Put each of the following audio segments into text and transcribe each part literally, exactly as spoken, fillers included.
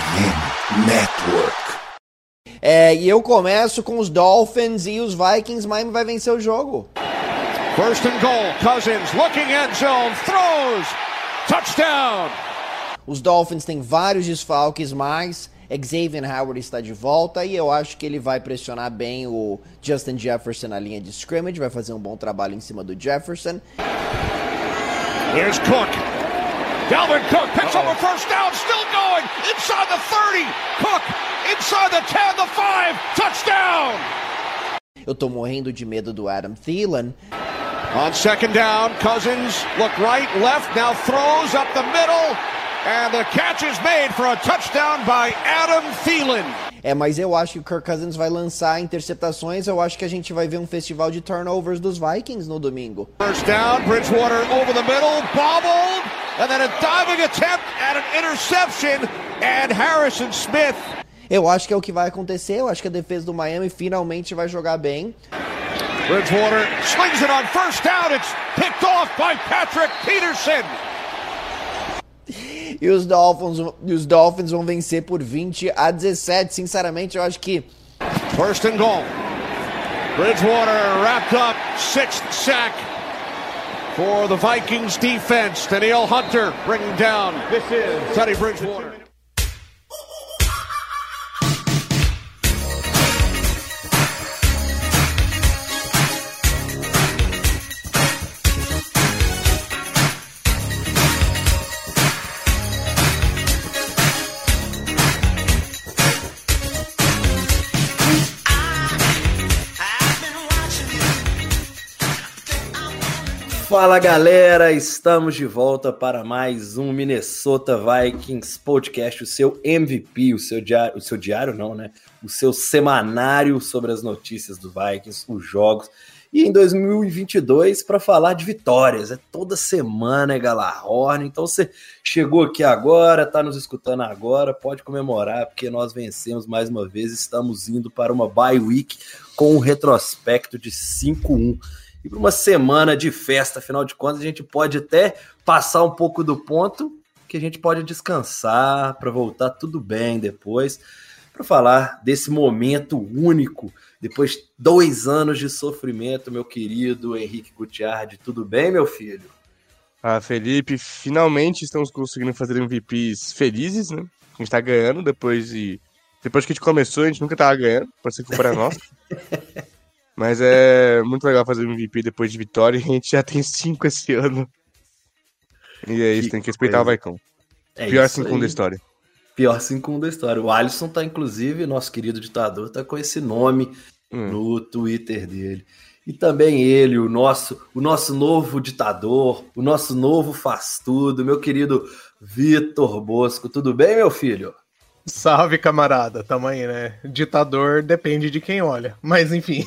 M Network. É, e eu começo com os Dolphins e os Vikings. Miami vai vencer o jogo. First and goal, Cousins looking end zone, throws, touchdown. Os Dolphins têm vários desfalques, mas Xavier Howard está de volta e eu acho que ele vai pressionar bem o Justin Jefferson na linha de scrimmage, vai fazer um bom trabalho em cima do Jefferson. Here's Cook. Dalvin Cook picks Uh-oh. up a first down, still going, inside the thirty. Cook, inside the ten, the five, touchdown. Eu tô morrendo de medo do Adam Thielen. On second down, Cousins, look right, left, now throws up the middle, and the catch is made for a touchdown by Adam Thielen. É, mas eu acho que o Kirk Cousins vai lançar interceptações, eu acho que a gente vai ver um festival de turnovers dos Vikings no domingo. First down, Bridgewater over the middle, bobbled, and then a diving attempt at an interception, and Harrison Smith. Eu acho que é o que vai acontecer, eu acho que a defesa do Miami finalmente vai jogar bem. Bridgewater slings it on first down, it's picked off by Patrick Peterson. E os Dolphins, os Dolphins vão vencer por vinte a dezessete. Sinceramente, eu acho que... First and goal. Bridgewater wrapped up, sixth sack for the Vikings defense. Danielle Hunter bringing down this is Teddy Bridgewater. Fala galera, estamos de volta para mais um Minnesota Vikings Podcast, o seu M V P, o seu diário, o seu diário não, né? O seu semanário sobre as notícias do Vikings, os jogos. E em dois mil e vinte e dois para falar de vitórias, é toda semana, é Galahorn. Então você chegou aqui agora, tá nos escutando agora, pode comemorar porque nós vencemos mais uma vez, estamos indo para uma bye week com um retrospecto de cinco a um. E para uma semana de festa, afinal de contas, a gente pode até passar um pouco do ponto, que a gente pode descansar, para voltar tudo bem depois, para falar desse momento único, depois de dois anos de sofrimento, meu querido Henrique Gutiardi. Tudo bem, meu filho? Ah, Felipe, finalmente estamos conseguindo fazer M V Ps felizes, né? A gente tá ganhando depois de... Depois que a gente começou, a gente nunca tava ganhando, pode ser que foi para nós. Mas é muito legal fazer M V P depois de vitória. A gente já tem cinco esse ano. E é isso, que tem que respeitar coisa. O Vaicão. É Pior cinco a um da história. Pior cinco a um da história. O Alisson tá, inclusive, nosso querido ditador, tá com esse nome hum. no Twitter dele. E também ele, o nosso, o nosso novo ditador, o nosso novo faz tudo, meu querido Vitor Bosco. Tudo bem, meu filho? Salve, camarada. Tamo aí, né? Ditador depende de quem olha. Mas, enfim.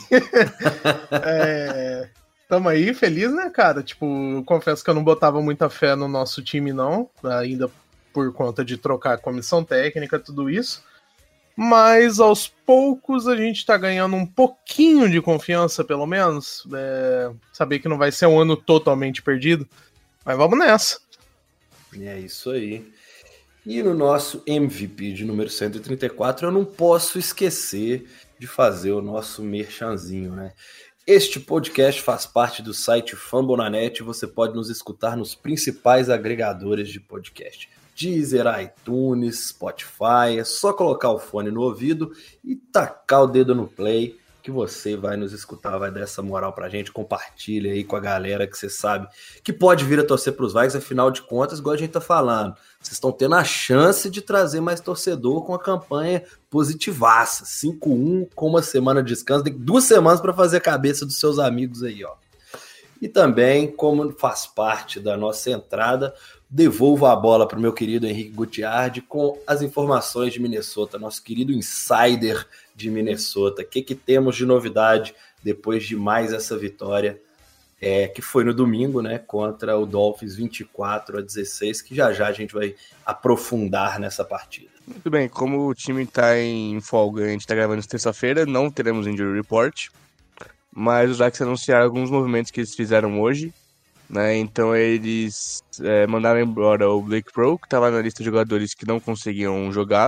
é... Tamo aí, feliz, né, cara? Tipo, eu confesso que eu não botava muita fé no nosso time, não. Ainda por conta de trocar a comissão técnica, tudo isso. Mas, aos poucos, a gente tá ganhando um pouquinho de confiança, pelo menos. É... Saber que não vai ser um ano totalmente perdido. Mas vamos nessa. É isso aí. E no nosso M V P de número cento e trinta e quatro, eu não posso esquecer de fazer o nosso merchanzinho, né? Este podcast faz parte do site Fambonanet e você pode nos escutar nos principais agregadores de podcast. Deezer, iTunes, Spotify, é só colocar o fone no ouvido e tacar o dedo no play que você vai nos escutar, vai dar essa moral pra gente, compartilha aí com a galera que você sabe que pode vir a torcer pros Vikings, afinal de contas, igual a gente tá falando, vocês estão tendo a chance de trazer mais torcedor com a campanha positivaça, cinco a um, com uma semana de descanso, tem duas semanas para fazer a cabeça dos seus amigos aí, ó. E também, como faz parte da nossa entrada, devolvo a bola para o meu querido Henrique Gutiardi com as informações de Minnesota, nosso querido insider de Minnesota. O que, que temos de novidade depois de mais essa vitória, é, que foi no domingo, né, contra o Dolphins vinte e quatro a dezesseis, que já já a gente vai aprofundar nessa partida. Muito bem, como o time está em folga, a gente está gravando terça-feira, não teremos injury report, mas os Vikings anunciaram alguns movimentos que eles fizeram hoje, né? Então eles é, mandaram embora o Blake Pro, que estava na lista de jogadores que não conseguiam jogar,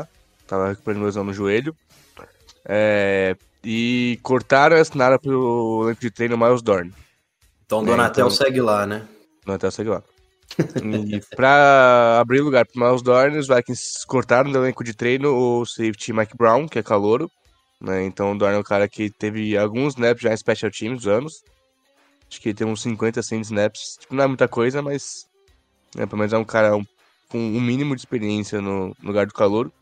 tava recuperando lesão no joelho. É, e cortaram e assinaram pro elenco de treino Miles Dorn. Então o Donatel então, segue lá, né? Donatel segue lá. E pra abrir lugar pro Miles Dorn, os Vikings cortaram do elenco de treino o safety Mike Brown, que é calouro, né? Então o Dorn é um cara que teve alguns snaps já em special teams, anos. Acho que ele tem uns cinquenta, cem snaps. Tipo, não é muita coisa, mas né, pelo menos é um cara um, com um mínimo de experiência no, no lugar do calouro.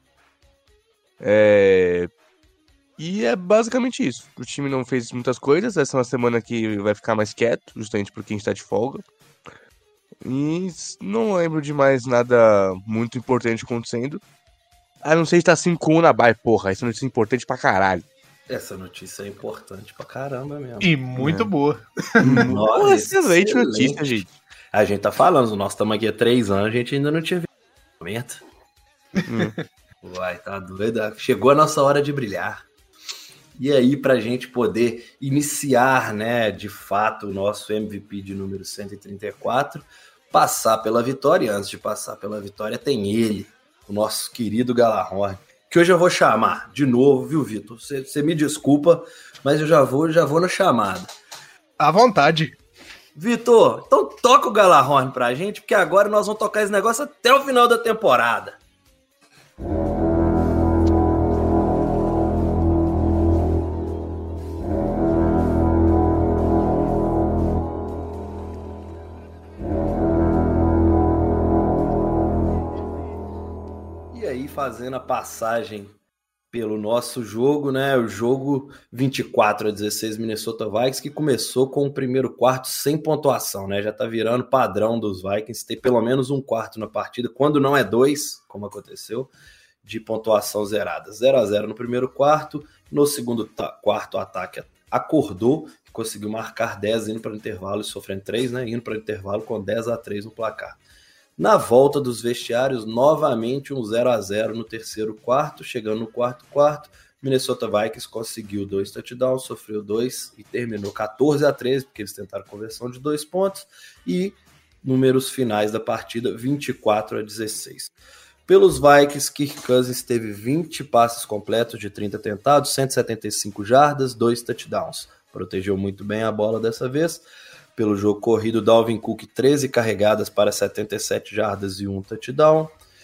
É... E é basicamente isso. O time não fez muitas coisas. Essa é uma semana que vai ficar mais quieto, justamente porque a gente tá de folga. E não lembro de mais nada muito importante acontecendo. A não ser que tá cinco a um na bye, porra. Essa notícia é importante pra caralho. Essa notícia é importante pra caramba mesmo. E muito é. boa. Nossa, porra, excelente, excelente notícia, gente. A gente tá falando, nós estamos aqui há três anos, a gente ainda não tinha visto o momento. Hum. Uai, tá doido. Chegou a nossa hora de brilhar. E aí, pra gente poder iniciar, né, de fato, o nosso M V P de número cento e trinta e quatro, passar pela vitória. E antes de passar pela vitória, tem ele, o nosso querido Galahorn, que hoje eu vou chamar de novo, viu, Vitor? Você me desculpa, mas eu já vou, já vou na chamada. À vontade. Vitor, então toca o Galahorn pra gente, porque agora nós vamos tocar esse negócio até o final da temporada. Fazendo a passagem pelo nosso jogo, né? O jogo vinte e quatro a dezesseis Minnesota Vikings, que começou com o primeiro quarto sem pontuação, né? Já tá virando padrão dos Vikings ter pelo menos um quarto na partida, quando não é dois, como aconteceu, de pontuação zerada. zero a zero no primeiro quarto, no segundo ta- quarto o ataque acordou, conseguiu marcar dez indo para o intervalo e sofrendo três, né? Indo para o intervalo com dez a três no placar. Na volta dos vestiários, novamente um zero a zero no terceiro quarto. Chegando no quarto quarto, Minnesota Vikings conseguiu dois touchdowns, sofreu dois e terminou quatorze a treze, porque eles tentaram conversão de dois pontos. E números finais da partida, vinte e quatro a dezesseis. Pelos Vikings, Kirk Cousins teve vinte passes completos de trinta tentados, cento e setenta e cinco jardas, dois touchdowns. Protegeu muito bem a bola dessa vez. Pelo jogo corrido, Dalvin Cook, treze carregadas para setenta e sete jardas e um touchdown.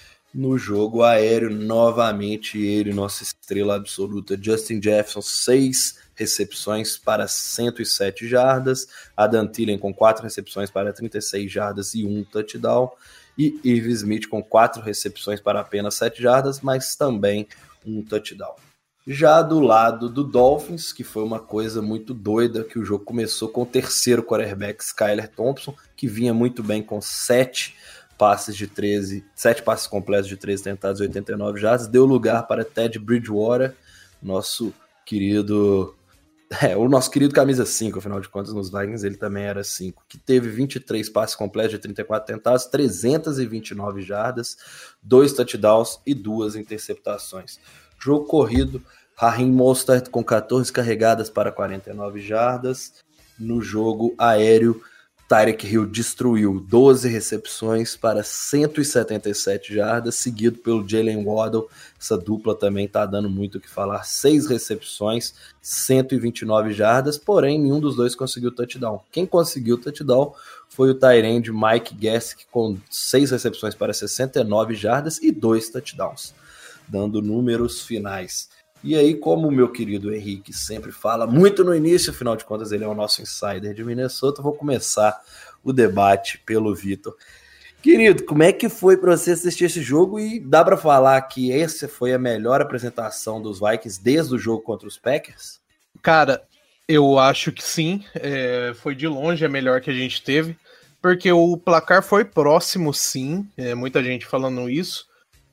No jogo aéreo, novamente ele, nossa estrela absoluta, Justin Jefferson, seis recepções para cento e sete jardas. Adam Thielen com quatro recepções para trinta e seis jardas e um touchdown. E Irv Smith com quatro recepções para apenas sete jardas, mas também um touchdown. Já do lado do Dolphins, que foi uma coisa muito doida, que o jogo começou com o terceiro quarterback, Skyler Thompson, que vinha muito bem com sete passes de treze, sete passes completos de treze tentados e oitenta e nove jardas, deu lugar para Ted Bridgewater, nosso querido, é, o nosso querido camisa cinco, afinal de contas, nos Vikings ele também era cinco, que teve vinte e três passes completos de trinta e quatro tentados, trezentas e vinte e nove jardas, dois touchdowns e duas interceptações. Jogo corrido, Raheem Mostert com quatorze carregadas para quarenta e nove jardas. No jogo aéreo, Tyreek Hill destruiu doze recepções para cento e setenta e sete jardas, seguido pelo Jalen Waddle. Essa dupla também está dando muito o que falar. seis recepções, cento e vinte e nove jardas, porém nenhum dos dois conseguiu touchdown. Quem conseguiu touchdown foi o tight end Mike Gesicki com seis recepções para sessenta e nove jardas e dois touchdowns, dando números finais. E aí, como o meu querido Henrique sempre fala muito no início, afinal de contas ele é o nosso insider de Minnesota, vou começar o debate pelo Vitor. Querido, como é que foi para você assistir esse jogo? E dá para falar que essa foi a melhor apresentação dos Vikings desde o jogo contra os Packers? Cara, eu acho que sim, é, foi de longe a melhor que a gente teve, porque o placar foi próximo sim, é, muita gente falando isso,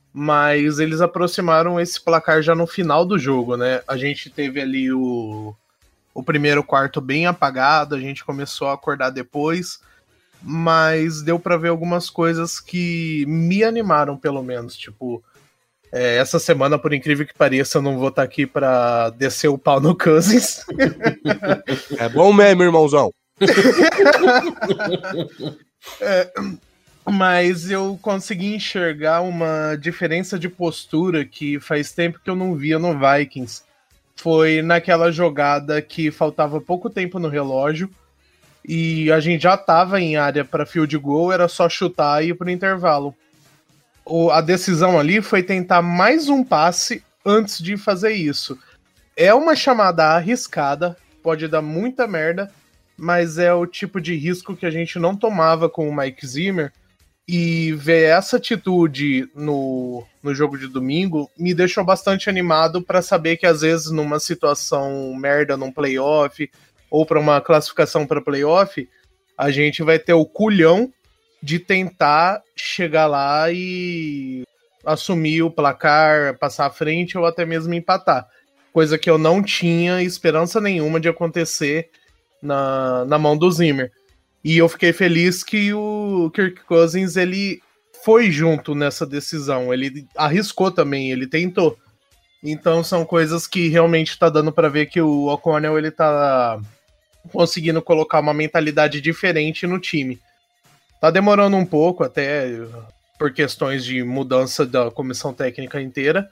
mas eles aproximaram esse placar já no final do jogo, né? A gente teve ali o, o primeiro quarto bem apagado, a gente começou a acordar depois, mas deu pra ver algumas coisas que me animaram, pelo menos. Tipo, é, essa semana, por incrível que pareça, eu não vou estar aqui pra descer o pau no Cousins. É bom mesmo, irmãozão. é... mas eu consegui enxergar uma diferença de postura que faz tempo que eu não via no Vikings. Foi naquela jogada que faltava pouco tempo no relógio e a gente já estava em área para field goal, era só chutar e ir para o intervalo. O, a decisão ali foi tentar mais um passe antes de fazer isso. É uma chamada arriscada, pode dar muita merda, mas é o tipo de risco que a gente não tomava com o Mike Zimmer. E ver essa atitude no, no jogo de domingo me deixou bastante animado para saber que às vezes numa situação merda num playoff ou para uma classificação para playoff, a gente vai ter o culhão de tentar chegar lá e assumir o placar, passar à frente ou até mesmo empatar. Coisa que eu não tinha esperança nenhuma de acontecer na, na mão do Zimmer. E eu fiquei feliz que o Kirk Cousins, ele foi junto nessa decisão. Ele arriscou também, ele tentou. Então são coisas que realmente tá dando para ver que o O'Connell, ele tá conseguindo colocar uma mentalidade diferente no time. Tá demorando um pouco, até por questões de mudança da comissão técnica inteira,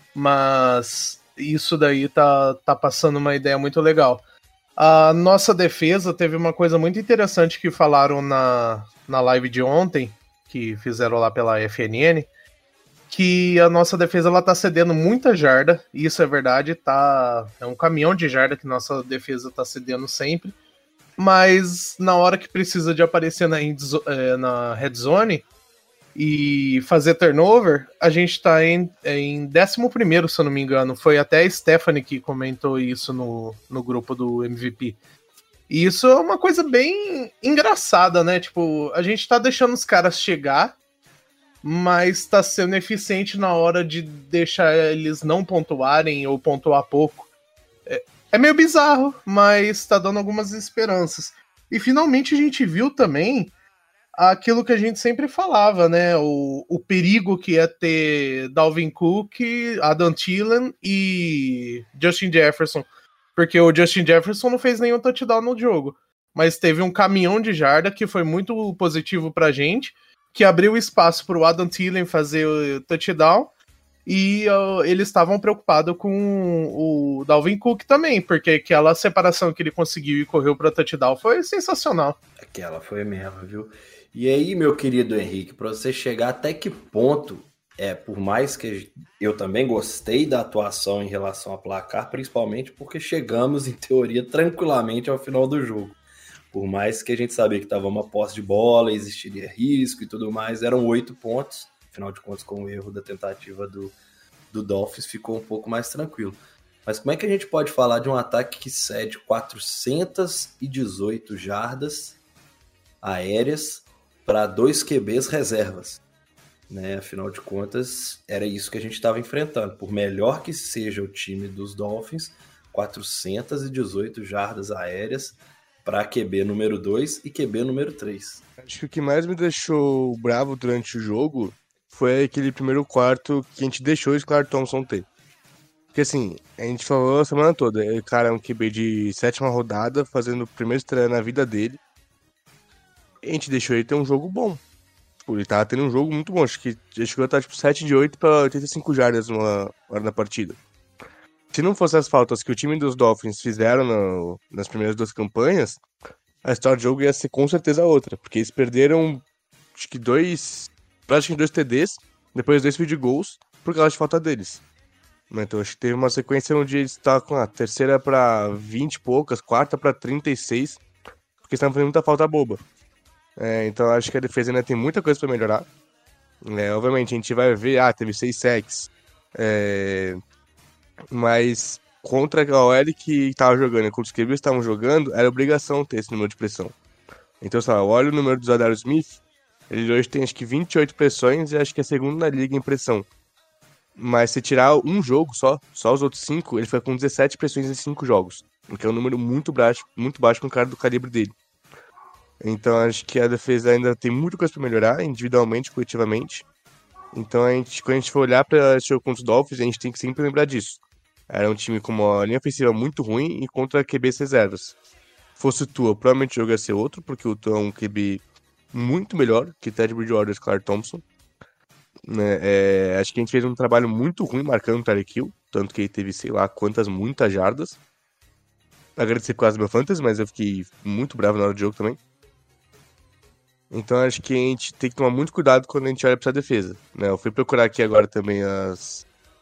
mas isso daí tá, tá passando uma ideia muito legal. A nossa defesa teve uma coisa muito interessante que falaram na, na live de ontem, que fizeram lá pela F N N, que a nossa defesa ela tá cedendo muita jarda, e isso é verdade, tá, é um caminhão de jarda que nossa defesa tá cedendo sempre, mas na hora que precisa de aparecer na, na red zone e fazer turnover, a gente tá em, em décimo primeiro, se eu não me engano. Foi até a Stephanie que comentou isso no, no grupo do M V P. E isso é uma coisa bem engraçada, né? Tipo, a gente tá deixando os caras chegar, mas tá sendo eficiente na hora de deixar eles não pontuarem ou pontuar pouco. É, é meio bizarro, mas tá dando algumas esperanças. E finalmente a gente viu também aquilo que a gente sempre falava, né? O, o perigo que é ter Dalvin Cook, Adam Thielen e Justin Jefferson. Porque o Justin Jefferson não fez nenhum touchdown no jogo, mas teve um caminhão de jarda que foi muito positivo pra gente, que abriu espaço pro Adam Thielen fazer o touchdown, e uh, eles estavam preocupados com o Dalvin Cook também, porque aquela separação que ele conseguiu e correu para touchdown foi sensacional. Aquela foi mesmo, viu? E aí, meu querido Henrique, para você chegar até que ponto, é, por mais que eu também gostei da atuação em relação a placar, principalmente porque chegamos, em teoria, tranquilamente ao final do jogo. Por mais que a gente sabia que estava uma posse de bola, existiria risco e tudo mais, eram oito pontos. Afinal de contas, com o erro da tentativa do, do Dolphins, ficou um pouco mais tranquilo. Mas como é que a gente pode falar de um ataque que cede quatrocentas e dezoito jardas aéreas para dois Q Bs reservas, né? Afinal de contas, era isso que a gente estava enfrentando. Por melhor que seja o time dos Dolphins, quatrocentas e dezoito jardas aéreas para Q B número dois e Q B número três. Acho que o que mais me deixou bravo durante o jogo foi aquele primeiro quarto que a gente deixou o Skylar Thompson ter. Porque assim, a gente falou a semana toda, o cara é um Q B de sétima rodada, fazendo o primeiro estreia na vida dele. A gente deixou ele ter um jogo bom. Tipo, ele tava tendo um jogo muito bom. Acho que já chegou a estar tipo sete de oito para oitenta e cinco jardas numa hora da partida. Se não fossem as faltas que o time dos Dolphins fizeram no, nas primeiras duas campanhas, a história do jogo ia ser com certeza outra. Porque eles perderam, acho que dois, praticamente dois T Ds, depois dois field goals, por causa de falta deles. Então acho que teve uma sequência onde eles estavam com a terceira para vinte e poucas, quarta para trinta e seis, porque estavam fazendo muita falta boba. É, então acho que a defesa ainda tem muita coisa para melhorar. É, obviamente a gente vai ver, ah, teve seis sacks, é, mas contra a O L que estava jogando e contra os Q Bs que estavam jogando, era obrigação ter esse número de pressão. Então, sei lá, olha o número do Zadar Smith, ele hoje tem acho que vinte e oito pressões e acho que é segundo na liga em pressão. Mas se tirar um jogo só, só os outros cinco, ele fica com dezessete pressões em cinco jogos, o que é um número muito baixo, muito baixo com um cara do calibre dele. Então acho que a defesa ainda tem muita coisa para melhorar, individualmente, coletivamente. Então a gente, quando a gente for olhar para esse jogo contra os Dolphins, a gente tem que sempre lembrar disso. Era um time com uma linha ofensiva muito ruim e contra Q Bs reservas. Fosse o Tua, provavelmente o jogo ia ser outro, porque o Tua é um Q B muito melhor que Ted Bridgewater e Clark Thompson. Né? É, acho que a gente fez um trabalho muito ruim marcando o Tyreek Hill, tanto que ele teve, sei lá, quantas, muitas jardas. Agradecer por causa do meu fantasy, mas eu fiquei muito bravo na hora do jogo também. Então acho que a gente tem que tomar muito cuidado quando a gente olha pra defesa. Né? Eu fui procurar aqui agora também as...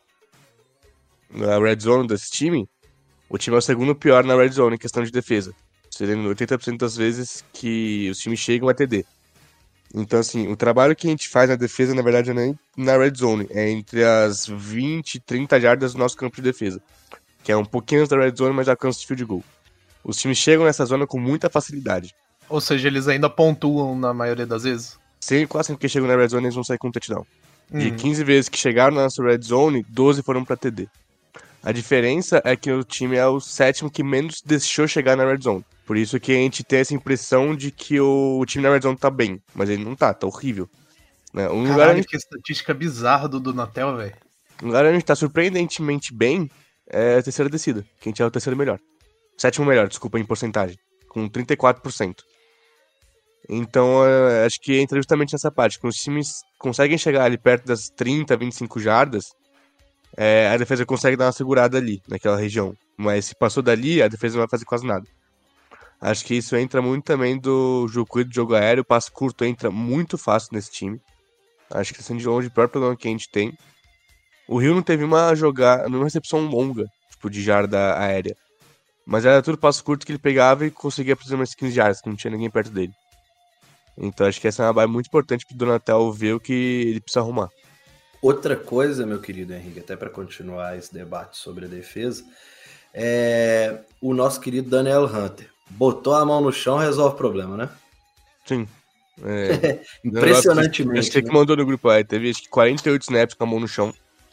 a red zone desse time. O time é o segundo pior na red zone em questão de defesa. Sendo oitenta por cento das vezes que os times chegam a T D. Então, assim, o trabalho que a gente faz na defesa, na verdade, não é na red zone. É entre as vinte, trinta jardas do nosso campo de defesa. Que é um pouquinho antes da red zone, mas já alcança o field goal. Os times chegam nessa zona com muita facilidade. Ou seja, eles ainda pontuam na maioria das vezes? Sempre, quase sempre que chegam na red zone, eles vão sair com um touchdown. De Uhum. quinze vezes que chegaram na nossa red zone, doze foram pra T D. A diferença é que o time é o sétimo que menos deixou chegar na red zone. Por isso que a gente tem essa impressão de que o time na red zone tá bem. Mas ele não tá, tá horrível. Né? Um, lugar Caralho, onde, que estatística bizarra do Donatel, velho. um lugar onde a gente tá surpreendentemente bem é a terceira descida, que a gente é o terceiro melhor. Sétimo melhor, desculpa, em porcentagem. Com trinta e quatro por cento. Então, é, acho que entra justamente nessa parte. Quando os times conseguem chegar ali perto das trinta, vinte e cinco jardas, é, a defesa consegue dar uma segurada ali, naquela região. Mas se passou dali, a defesa não vai fazer quase nada. Acho que isso entra muito também do jogo curto, do jogo aéreo. O passe curto entra muito fácil nesse time. Acho que sendo de longe o pior problema que a gente tem. O Rio não teve uma jogada, uma recepção longa, tipo de jarda aérea. Mas era tudo passo curto que ele pegava e conseguia fazer umas quinze jardas, que não tinha ninguém perto dele. Então acho que essa é uma barra muito importante pro Donatel ver o que ele precisa arrumar. Outra coisa, meu querido Henrique, até para continuar esse debate sobre a defesa, é o nosso querido Daniel Hunter. Botou a mão no chão, resolve o problema, né? Sim. É, impressionantemente. Acho que né? ele mandou no grupo aí. Teve acho que quarenta e oito snaps com a mão no chão.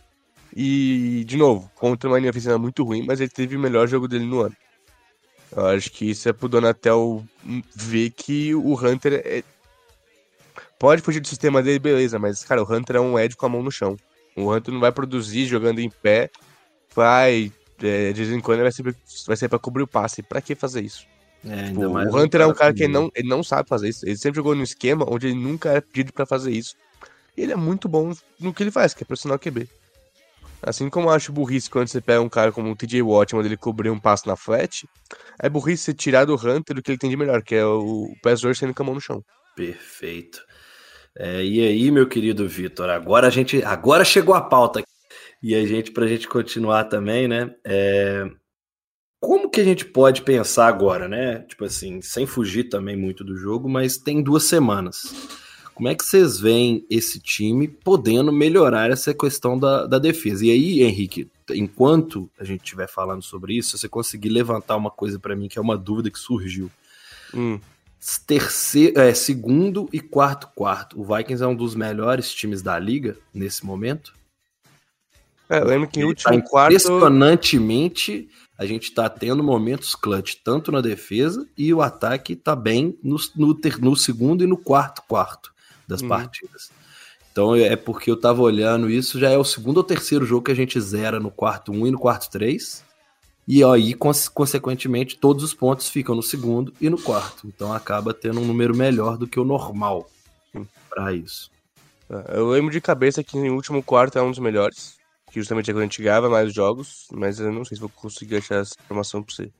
E, de novo, contra uma linha ofensiva muito ruim, mas ele teve o melhor jogo dele no ano. Eu acho que isso é pro Donatel ver que o Hunter é... pode fugir do sistema dele, beleza, mas, cara, o Hunter é um edge com a mão no chão. O Hunter não vai produzir jogando em pé, vai, é, de vez em quando ele vai ser, vai ser pra cobrir o passe. Pra que fazer isso? É, Tipo, ainda mais o Hunter é um cara que ele ele não, ele não sabe fazer isso. Ele sempre jogou num esquema onde ele nunca é pedido pra fazer isso. E ele é muito bom no que ele faz, que é pressionar o Q B. Assim como eu acho burrice quando você pega um cara como o T J Watt, onde ele cobriu um passo na flat, é burrice você tirar do Hunter o que ele tem de melhor, que é o pass rush sendo com a mão no chão. Perfeito. É, e aí, meu querido Vitor, agora a gente, agora chegou a pauta. E a gente, pra gente continuar também, né? É, como que a gente pode pensar agora, né? Tipo assim, sem fugir também muito do jogo, mas tem duas semanas. Como é que vocês veem esse time podendo melhorar essa questão da, da defesa? E aí, Henrique, enquanto a gente estiver falando sobre isso, se você conseguir levantar uma coisa para mim, que é uma dúvida que surgiu. Hum. Terceiro, é, segundo e quarto quarto. O Vikings é um dos melhores times da liga nesse momento? É, eu lembro que em último tá quarto... Impressionantemente, a gente tá tendo momentos clutch, tanto na defesa, e o ataque tá bem no, no, ter, no segundo e no quarto quarto das Uhum. partidas. Então é porque eu tava olhando isso, já é o segundo ou terceiro jogo que a gente zera no quarto um e no quarto três, e aí, cons- consequentemente, todos os pontos ficam no segundo e no quarto. Então acaba tendo um número melhor do que o normal para isso. Eu lembro de cabeça que em último quarto é um dos melhores, que justamente é quando a gente ganhava mais jogos, mas eu não sei se vou conseguir achar essa informação pra você.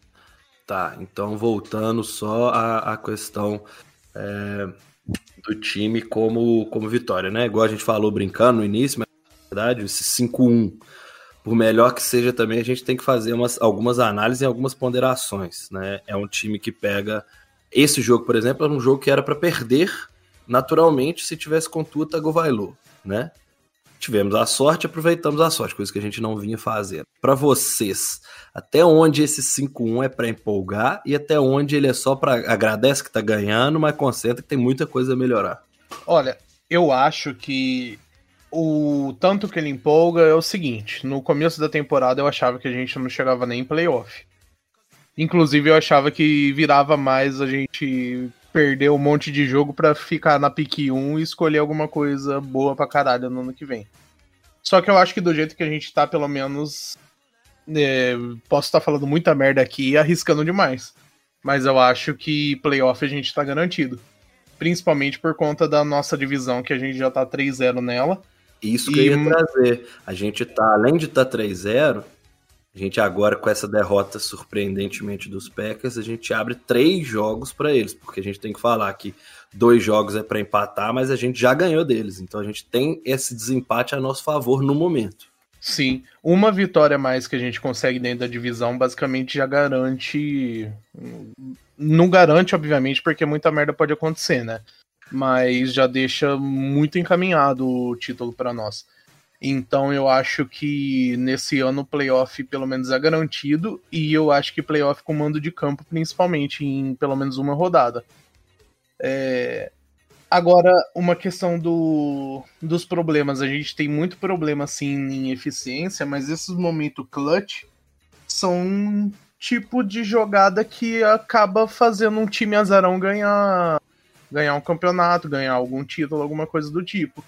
Tá, então voltando só à, à questão é, do time como, como vitória, né? Igual a gente falou brincando no início, mas na verdade, esse cinco um, por melhor que seja também, a gente tem que fazer umas, algumas análises e algumas ponderações, né? É um time que pega... Esse jogo, por exemplo, era um jogo que era para perder naturalmente se tivesse com Tua Tagovailoa, né? Tivemos a sorte, aproveitamos a sorte, coisa que a gente não vinha fazendo. Para vocês, até onde esse cinco um é para empolgar e até onde ele é só para agradece que tá ganhando, mas concentra que tem muita coisa a melhorar? Olha, eu acho que o tanto que ele empolga é o seguinte: no começo da temporada eu achava que a gente não chegava nem em playoff. Inclusive eu achava que virava mais a gente perder um monte de jogo pra ficar na pique um e escolher alguma coisa boa pra caralho no ano que vem. Só que eu acho que do jeito que a gente tá, pelo menos, é, posso estar falando muita merda aqui e arriscando demais, mas eu acho que playoff a gente tá garantido. principalmente por conta da nossa divisão, que a gente já tá três a zero nela. Isso E- que eu ia trazer. A gente tá, além de estar tá três a zero, a gente agora, com essa derrota surpreendentemente dos Packers, a gente abre três jogos para eles, porque a gente tem que falar que dois jogos é para empatar, mas a gente já ganhou deles. Então a gente tem esse desempate a nosso favor no momento. Sim, uma vitória a mais que a gente consegue dentro da divisão basicamente já garante. Não garante, obviamente, porque muita merda pode acontecer, né? Mas já deixa muito encaminhado o título para nós. Então eu acho que nesse ano o playoff pelo menos é garantido, e eu acho que playoff com mando de campo, principalmente em pelo menos uma rodada. É... Agora, uma questão do, dos problemas. A gente tem muito problema, assim, em eficiência, mas esses momentos clutch são um tipo de jogada que acaba fazendo um time azarão ganhar, ganhar um campeonato, ganhar algum título, alguma coisa do tipo.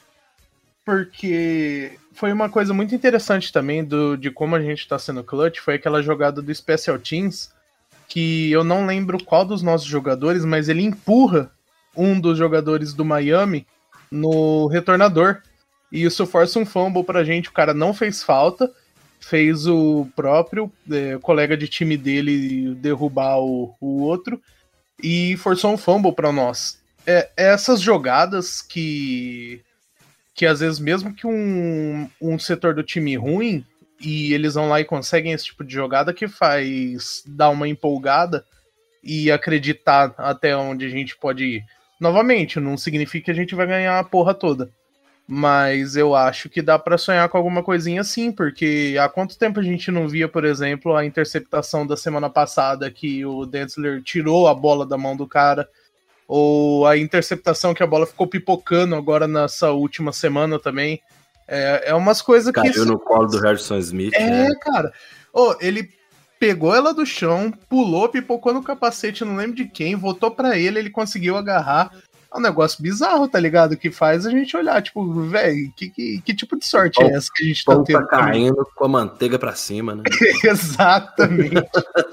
Porque foi uma coisa muito interessante também do, de como a gente tá sendo clutch, foi aquela jogada do Special Teams, que eu não lembro qual dos nossos jogadores, mas ele empurra um dos jogadores do Miami no retornador. E isso força um fumble pra gente. O cara não fez falta, fez o próprio é, colega de time dele derrubar o, o outro e forçou um fumble pra nós. É, essas jogadas que, que às vezes mesmo que um, um setor do time ruim, e eles vão lá e conseguem esse tipo de jogada que faz dar uma empolgada e acreditar até onde a gente pode ir. Novamente, não significa que a gente vai ganhar a porra toda. Mas eu acho que dá pra sonhar com alguma coisinha assim, porque há quanto tempo a gente não via, por exemplo, a interceptação da semana passada que o Densler tirou a bola da mão do cara, ou a interceptação que a bola ficou pipocando agora nessa última semana também. É, é umas coisas que... Caiu no colo do Harrison Smith. É, né? cara. Oh, ele pegou ela do chão, pulou, pipocou no capacete, não lembro de quem, voltou pra ele, ele conseguiu agarrar. É um negócio bizarro, tá ligado? Que faz a gente olhar, tipo, velho, que, que, que tipo de sorte Pão- é essa que a gente tá Pão tendo? tá caindo com a manteiga pra cima, né? Exatamente.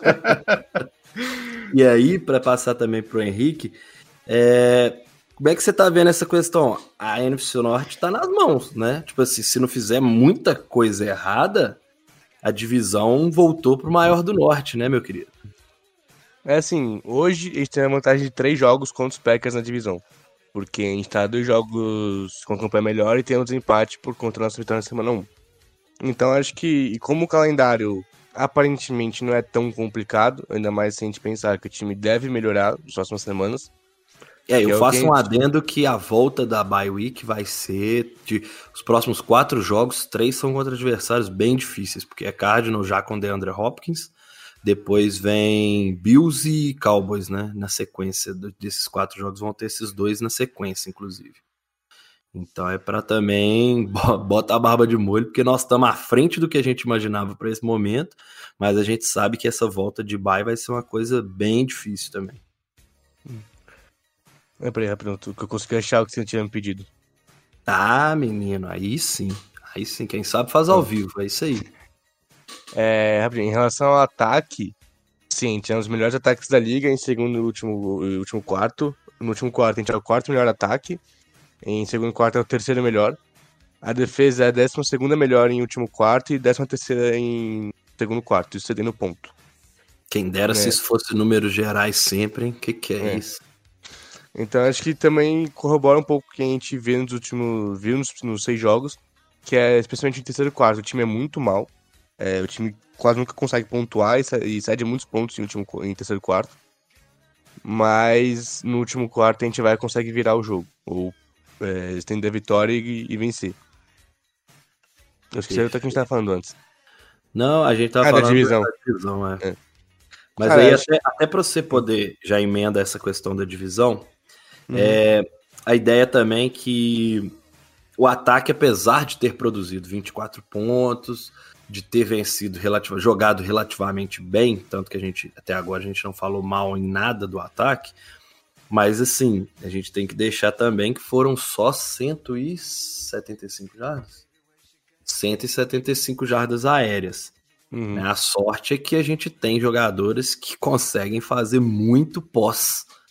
E aí, para passar também pro Henrique, é, como é que você tá vendo essa questão? A N F C Norte tá nas mãos, né? Tipo assim, se não fizer muita coisa errada, a divisão voltou pro maior do Norte, né, meu querido? É assim, hoje a gente tem a vantagem de três jogos contra os Packers na divisão. Porque a gente tá dois jogos com campanha melhor e tem um desempate por conta da nossa vitória na semana um. Então acho que, e como o calendário aparentemente não é tão complicado, ainda mais se a gente pensar que o time deve melhorar nas próximas semanas. É, eu Que é o faço que um a gente- adendo que a volta da bye week vai ser de os próximos quatro jogos, três são contra adversários bem difíceis, porque é Cardinals já com DeAndre Hopkins, depois vem Bills e Cowboys, né? Na sequência do- desses quatro jogos vão ter esses dois na sequência, inclusive. Então é para também bo- bota a barba de molho, porque nós estamos à frente do que a gente imaginava para esse momento, mas a gente sabe que essa volta de bye vai ser uma coisa bem difícil também. É, peraí, rapidão, tu- que eu consegui achar o que você tinha me pedido. Ah, menino, aí sim. Aí sim, quem sabe faz ao vivo, é isso aí. É, rapidinho, em relação ao ataque, sim, tinha os melhores ataques da liga em segundo e último, e último quarto. No último quarto a gente é o quarto melhor ataque, em segundo quarto é o terceiro melhor. A defesa é a décima segunda melhor em último quarto e décima terceira em segundo quarto, isso cedendo ponto. Quem dera É. se isso fosse números gerais sempre, hein? Que que é, É. isso? Então acho que também corrobora um pouco o que a gente vê nos últimos, viu nos, nos seis jogos, que é especialmente em terceiro quarto, o time é muito mal. É, o time quase nunca consegue pontuar e, ce- e cede muitos pontos em, último, em terceiro quarto. Mas no último quarto a gente vai e consegue virar o jogo. Ou é, estender a vitória e, e vencer. Eu esqueci até o que a gente tava falando antes. Não, a gente tava Ah, da falando divisão. da divisão, é. É. Mas Cara, aí acho- até, até para você poder já emenda essa questão da divisão, Uhum. é, a ideia também que o ataque, apesar de ter produzido vinte e quatro pontos, de ter vencido, relativa, jogado relativamente bem, tanto que a gente, até agora, a gente não falou mal em nada do ataque, mas assim, a gente tem que deixar também que foram só cento e setenta e cinco jardas? cento e setenta e cinco jardas aéreas. Uhum. Né? A sorte é que a gente tem jogadores que conseguem fazer muito pós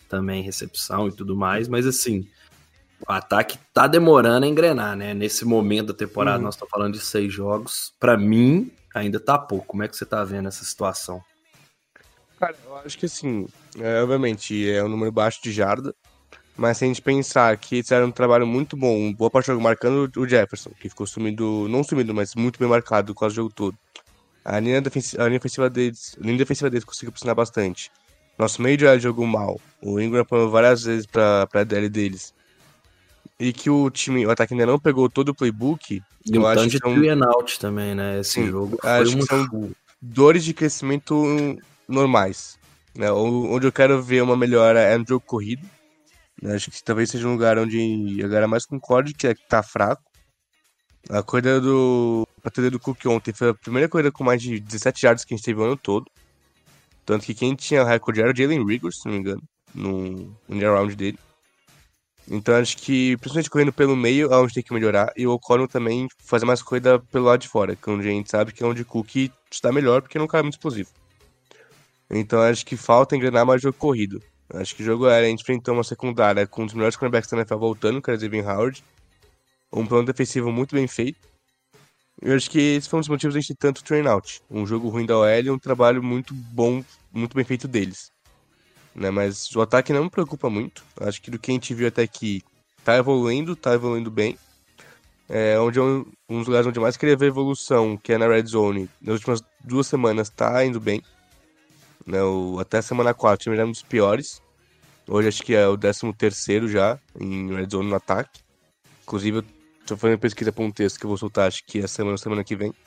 também recepção e tudo mais, mas assim, o ataque tá demorando a engrenar, né? Nesse momento da temporada, uhum. nós estamos falando de seis jogos, pra mim ainda tá pouco. Como é que você tá vendo essa situação? Cara, eu acho que assim, é, obviamente é um número baixo de jarda, mas se a gente pensar que eles fizeram um trabalho muito bom, um boa parte do jogo marcando o Jefferson, que ficou sumido, não sumido, mas muito bem marcado quase o jogo todo. A linha, defensiva, a linha ofensiva deles, a linha defensiva deles conseguiu pressionar bastante. Nosso meio de área jogou mal. O Ingram apanhou várias vezes pra, pra D L deles. E que o time, o ataque ainda não pegou todo o playbook. E eu um acho tanto que de são, three and out também, né? Esse sim, jogo foi acho um que são show. dores de crescimento normais. Né? Onde eu quero ver uma melhora é no jogo corrido. Né? Acho que talvez seja um lugar onde a galera mais concorde que é que tá fraco. A corrida do a corrida do Cook ontem foi a primeira corrida com mais de dezessete yards que a gente teve o ano todo. Tanto que quem tinha o recorde era o Jalen Reagor, se não me engano, no, no year round dele. Então acho que, principalmente correndo pelo meio, é onde tem que melhorar. E o O'Connell também fazer mais corrida pelo lado de fora, que é onde a gente sabe que é onde o Cook está melhor, porque não é muito explosivo. Então acho que falta engrenar mais jogo corrido. Acho que o jogo aéreo a gente enfrentou uma secundária com um dos melhores cornerbacks da N F L voltando, que era o Xavier Howard. Um plano defensivo muito bem feito. Eu acho que esse foi um dos motivos da gente ter tanto train out. Um jogo ruim da O L e um trabalho muito bom, muito bem feito deles. Né? Mas o ataque não me preocupa muito. Acho que do que a gente viu até aqui, tá evoluindo, tá evoluindo bem. É, onde é um, um dos lugares onde eu mais queria ver evolução, que é na Red Zone, nas últimas duas semanas tá indo bem. Né? O, até a semana quatro, time era um dos piores. Hoje acho que é o décimo terceiro já em Red Zone no ataque. Inclusive, eu tô fazendo pesquisa para um texto que eu vou soltar, acho que é semana, semana que vem.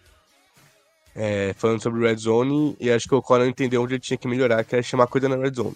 É, falando sobre Red Zone, e acho que o O'Connell entendeu onde ele tinha que melhorar, que era chamar coisa na Red Zone.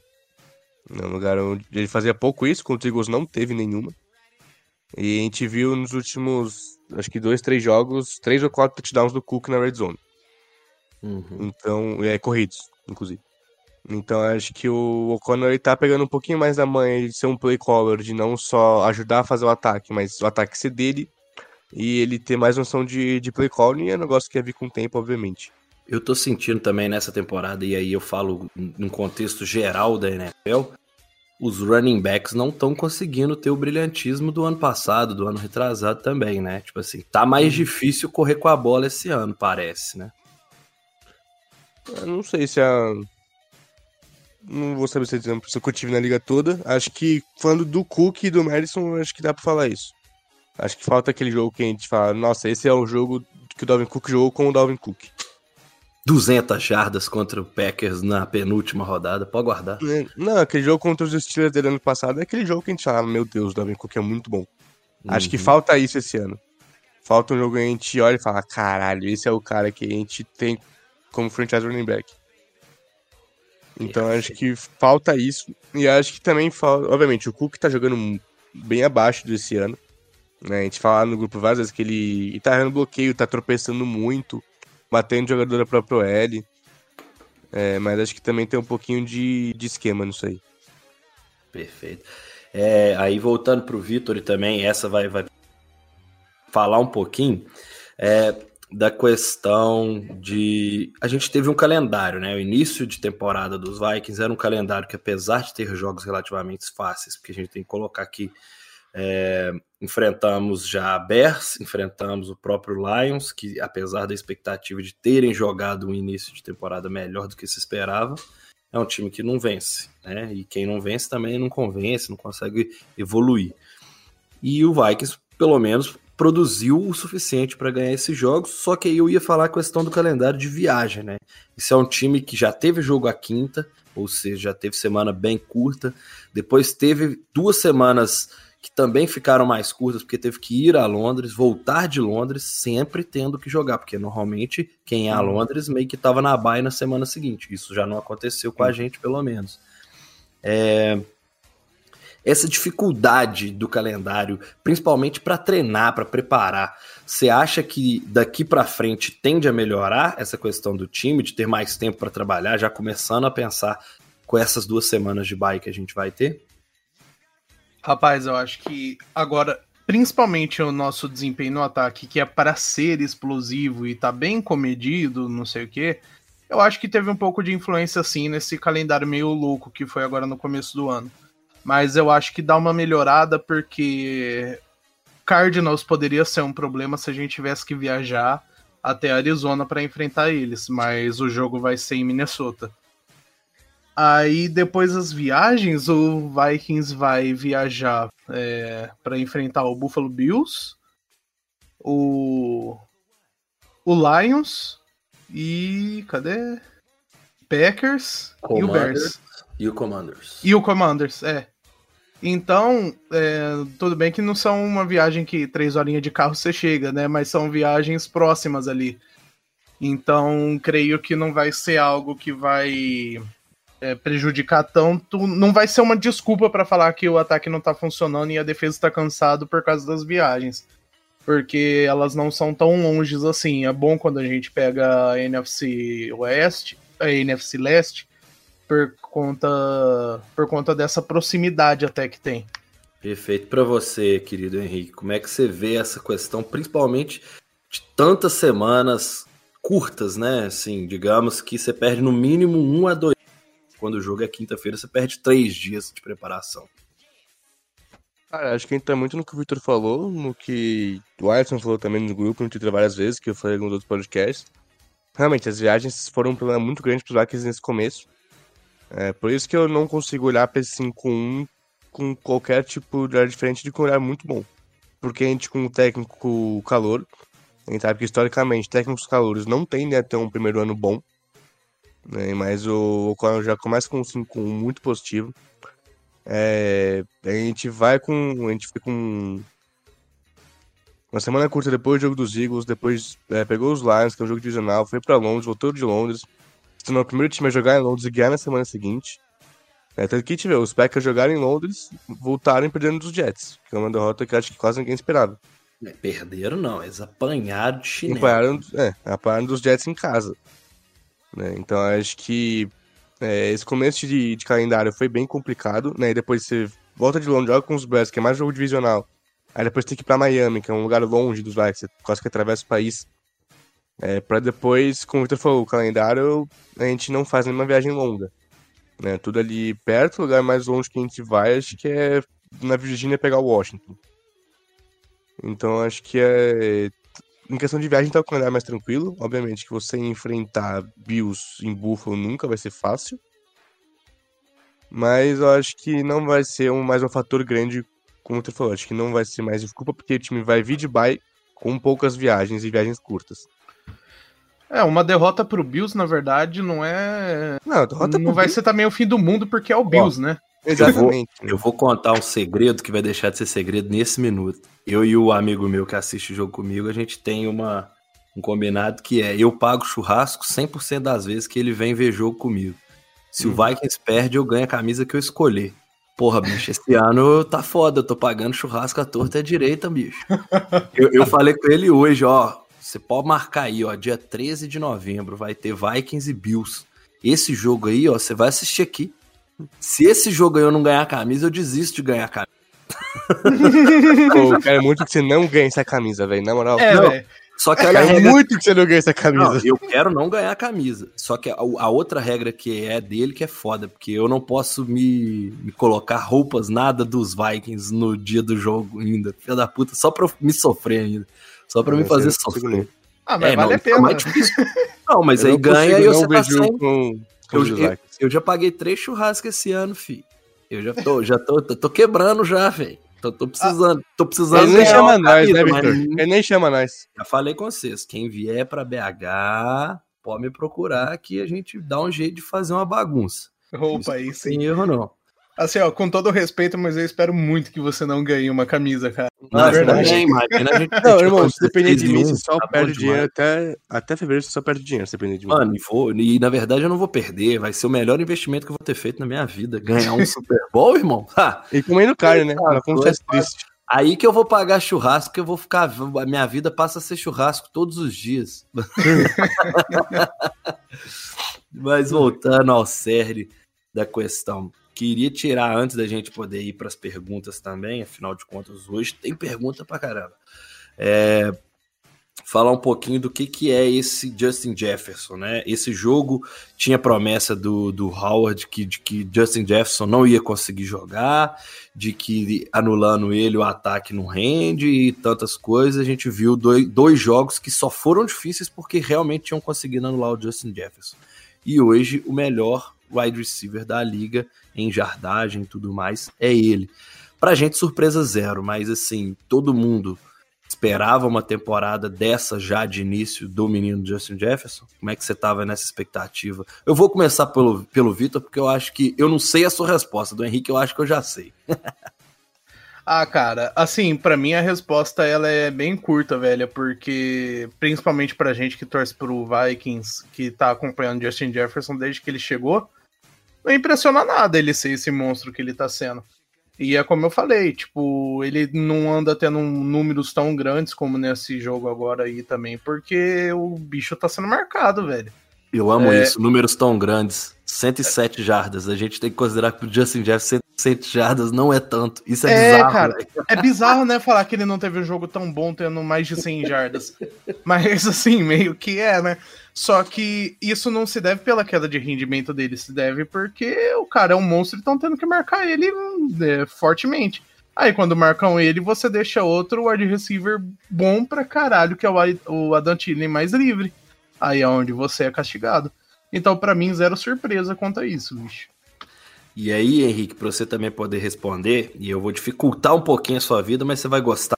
No lugar onde ele fazia pouco isso, contra o Eagles não teve nenhuma. E a gente viu nos últimos, acho que dois, três jogos, três ou quatro touchdowns do Cook na Red Zone. Uhum. Então, é, corridos, inclusive. Então acho que o O'Connell ele tá pegando um pouquinho mais da manha de ser um play caller, de não só ajudar a fazer o ataque, mas o ataque ser dele e ele ter mais noção de, de play calling, e é um negócio que ia vir com o tempo, obviamente. Eu tô sentindo também nessa temporada, e aí eu falo num contexto geral da N F L, os running backs não estão conseguindo ter o brilhantismo do ano passado, do ano retrasado também, né? Tipo assim, tá mais hum. difícil correr com a bola esse ano, parece, né? Eu não sei se a... Não vou saber se é exemplo, se eu tive na liga toda. Acho que, falando do Cook e do Madison, acho que dá pra falar isso. Acho que falta aquele jogo que a gente fala, nossa, esse é o jogo que o Dalvin Cook jogou com o Dalvin Cook. duzentas jardas contra o Packers na penúltima rodada, pode guardar. Não, aquele jogo contra os Steelers dele ano passado é aquele jogo que a gente fala, meu Deus, o Dalvin Cook é muito bom. Uhum. Acho que falta isso esse ano. Falta um jogo que a gente olha e fala, caralho, esse é o cara que a gente tem como franchise running back. Então acho que falta isso. E acho que também falta... Obviamente, o Cook tá jogando bem abaixo desse ano. Né? A gente fala no grupo várias vezes que ele, ele tá errando bloqueio, tá tropeçando muito, batendo jogador da própria O L. É, mas acho que também tem um pouquinho de, de esquema nisso aí. Perfeito. É, aí voltando pro Vitor e também, essa vai, vai falar um pouquinho... É, da questão de... A gente teve um calendário, né? O início de temporada dos Vikings era um calendário que, apesar de ter jogos relativamente fáceis, porque a gente tem que colocar aqui, é, enfrentamos já a Bears, enfrentamos o próprio Lions, que apesar da expectativa de terem jogado um início de temporada melhor do que se esperava, é um time que não vence, né? E quem não vence também não convence, não consegue evoluir. E o Vikings, pelo menos, produziu o suficiente para ganhar esses jogos, só que aí eu ia falar a questão do calendário de viagem, né? Isso é um time que já teve jogo à quinta, ou seja, já teve semana bem curta, depois teve duas semanas que também ficaram mais curtas, porque teve que ir a Londres, voltar de Londres, sempre tendo que jogar, porque normalmente quem é a Londres meio que estava na bye na semana seguinte, isso já não aconteceu com a gente, pelo menos. É... Essa dificuldade do calendário, principalmente para treinar, para preparar, você acha que daqui para frente tende a melhorar essa questão do time, de ter mais tempo para trabalhar, já começando a pensar com essas duas semanas de bye que a gente vai ter? Rapaz, eu acho que agora, principalmente o nosso desempenho no ataque, que é para ser explosivo e tá bem comedido, não sei o quê, Eu acho que teve um pouco de influência, sim, nesse calendário meio louco que foi agora no começo do ano. Mas eu acho que dá uma melhorada porque Cardinals poderia ser um problema se a gente tivesse que viajar até Arizona para enfrentar eles, mas o jogo vai ser em Minnesota. Aí depois das viagens, o Vikings vai viajar é, para enfrentar o Buffalo Bills, o, o Lions e cadê? Packers Commanders e o Bears. E o Commanders. E o Commanders, é. Então, é, tudo bem que não são uma viagem que três horinhas de carro você chega, né? Mas são viagens próximas ali. Então, creio que não vai ser algo que vai é, prejudicar tanto. Não vai ser uma desculpa para falar que o ataque não tá funcionando e a defesa tá cansado por causa das viagens. Porque elas não são tão longes assim. É bom quando a gente pega a N F C Oeste, a N F C Leste, por conta, por conta dessa proximidade até que tem. Perfeito. Para você, querido Henrique, como é que você vê essa questão, principalmente de tantas semanas curtas, né? Assim, digamos que você perde no mínimo um a dois. Quando o jogo é quinta-feira, você perde três dias de preparação. Cara, acho que entra muito no que o Victor falou, no que o Alisson falou também no grupo, no Twitter várias vezes, que eu falei em alguns outros podcasts. Realmente, as viagens foram um problema muito grande para os Vikings nesse começo. É por isso que eu não consigo olhar para esse cinco a um com qualquer tipo de olhar diferente de um olhar muito bom. Porque a gente, com o técnico calor, a gente sabe que historicamente técnicos calouros não tendem a ter um primeiro ano bom, né? Mas o O'Connell já começa com um cinco a um muito positivo. É, a gente vai com. A gente fica com uma semana curta depois do jogo dos Eagles, depois é, pegou os Lions, que é um jogo divisional, foi para Londres, voltou de Londres. Se não, o primeiro time a jogar em Londres e ganhar na semana seguinte. É, tanto que a gente vê, os Packers jogaram em Londres, voltaram perdendo dos Jets, que é uma derrota que acho que quase ninguém esperava. É, perderam não, eles apanharam de chinelo. Apanharam, é, apanharam dos Jets em casa. Né? Então acho que é, esse começo de, de calendário foi bem complicado, né? E depois você volta de Londres, joga com os Bears, que é mais jogo divisional. Aí depois tem que ir pra Miami, que é um lugar longe dos Vikings, você quase que atravessa o país. É, pra depois, como o Victor falou, o calendário a gente não faz nenhuma viagem longa. Né? Tudo ali perto, o lugar mais longe que a gente vai, acho que é na Virgínia pegar o Washington. Então acho que é. Em questão de viagem tá o calendário mais tranquilo. Obviamente que você enfrentar Bills em Buffalo nunca vai ser fácil. Mas eu acho que não vai ser um, mais um fator grande, como o Victor falou. Acho que não vai ser mais desculpa, porque o time vai vir de bye com poucas viagens e viagens curtas. É, uma derrota pro Bills, na verdade, não é... Não, derrota não vai Bills. ser também o fim do mundo, porque é o Bills, Ó, né? Exatamente. Eu vou, eu vou contar um segredo que vai deixar de ser segredo nesse minuto. Eu e o amigo meu que assiste o jogo comigo, a gente tem uma, um combinado que é: eu pago churrasco cem por cento das vezes que ele vem ver jogo comigo. Se hum. o Vikings perde, eu ganho a camisa que eu escolher. Porra, bicho, esse ano tá foda, eu tô pagando churrasco à torta e à direita, bicho. Eu, eu falei com ele hoje, ó, você pode marcar aí, ó, dia treze de novembro vai ter Vikings e Bills. Esse jogo aí, ó, você vai assistir aqui. Se esse jogo aí eu não ganhar a camisa, eu desisto de ganhar a camisa. Pô, eu quero muito que você não ganhe essa camisa, velho, na moral. É, não, velho. Só que eu olha a quero regra... muito que você não ganhe essa camisa. Não, eu quero não ganhar a camisa. Só que a, a outra regra que é dele que é foda, porque eu não posso me, me colocar roupas nada dos Vikings no dia do jogo ainda. Filha da puta, só pra eu me sofrer ainda. Só pra Não, me fazer você não sofrer. consigo, Ah, mas É, vale não, a pena. mais difícil. Não, mas Eu aí não ganha consigo e não você ver tá jogo sem... com, com Eu, os eu, Vikings. eu já paguei três churrascos esse ano, fi. Eu já tô, já tô, tô, tô quebrando já, velho. Tô, tô precisando, tô precisando. Ele nem ganhar chama uma nós, camisa, né, mas Victor? Ele nem chama nós. Já falei com vocês, quem vier pra B H, pode me procurar que a gente dá um jeito de fazer uma bagunça. Roupa aí, Não sim. tem erro, não. Assim, ó, com todo respeito, mas eu espero muito que você não ganhe uma camisa, cara. Não, é verdade. Também, imagina a gente Não, irmão, se depender de mim, um, você só tá perde bom dinheiro demais. até, até fevereiro, você só perde dinheiro, se depender de mim. Mano, e, vou, e na verdade eu não vou perder, vai ser o melhor investimento que eu vou ter feito na minha vida. Ganhar um Super Bowl, irmão? Ha! E comendo carne, né? Ah, Mas como você é triste. Aí que eu vou pagar churrasco, que eu vou ficar. A minha vida passa a ser churrasco todos os dias. Mas voltando ao cerne da questão, queria tirar antes da gente poder ir para as perguntas também, afinal de contas, hoje tem pergunta pra caramba. É, falar um pouquinho do que, que é esse Justin Jefferson, né? Esse jogo tinha promessa do, do Howard que, de que Justin Jefferson não ia conseguir jogar, de que anulando ele o ataque não rende e tantas coisas. A gente viu dois, dois jogos que só foram difíceis porque realmente tinham conseguido anular o Justin Jefferson. E hoje o melhor wide receiver da liga em jardagem e tudo mais é ele. Pra gente surpresa zero, mas assim, todo mundo esperava uma temporada dessa já de início do menino Justin Jefferson? Como é que você estava nessa expectativa? Eu vou começar pelo, pelo Vitor, porque eu acho que eu não sei a sua resposta. Do Henrique eu acho que eu já sei. Ah, cara, assim, pra mim a resposta ela é bem curta, velho, porque principalmente pra gente que torce pro Vikings, que tá acompanhando Justin Jefferson desde que ele chegou, não impressiona nada ele ser esse monstro que ele tá sendo. E é como eu falei, tipo, ele não anda tendo números tão grandes como nesse jogo agora aí também, porque o bicho tá sendo marcado, velho. Eu amo é... isso, números tão grandes, cento e sete jardas, a gente tem que considerar que o Justin Jefferson cento e sete jardas não é tanto, isso é, é bizarro. Cara, véio. É bizarro, né, falar que ele não teve um jogo tão bom tendo mais de cem jardas, mas assim, meio que é, né? Só que isso não se deve pela queda de rendimento dele, se deve porque o cara é um monstro e estão tendo que marcar ele é, fortemente. Aí quando marcam ele, você deixa outro wide receiver bom pra caralho, que é o Adam Thielen mais livre. Aí é onde você é castigado. Então pra mim, zero surpresa quanto a isso, bicho. E aí, Henrique, pra você também poder responder, e eu vou dificultar um pouquinho a sua vida, mas você vai gostar.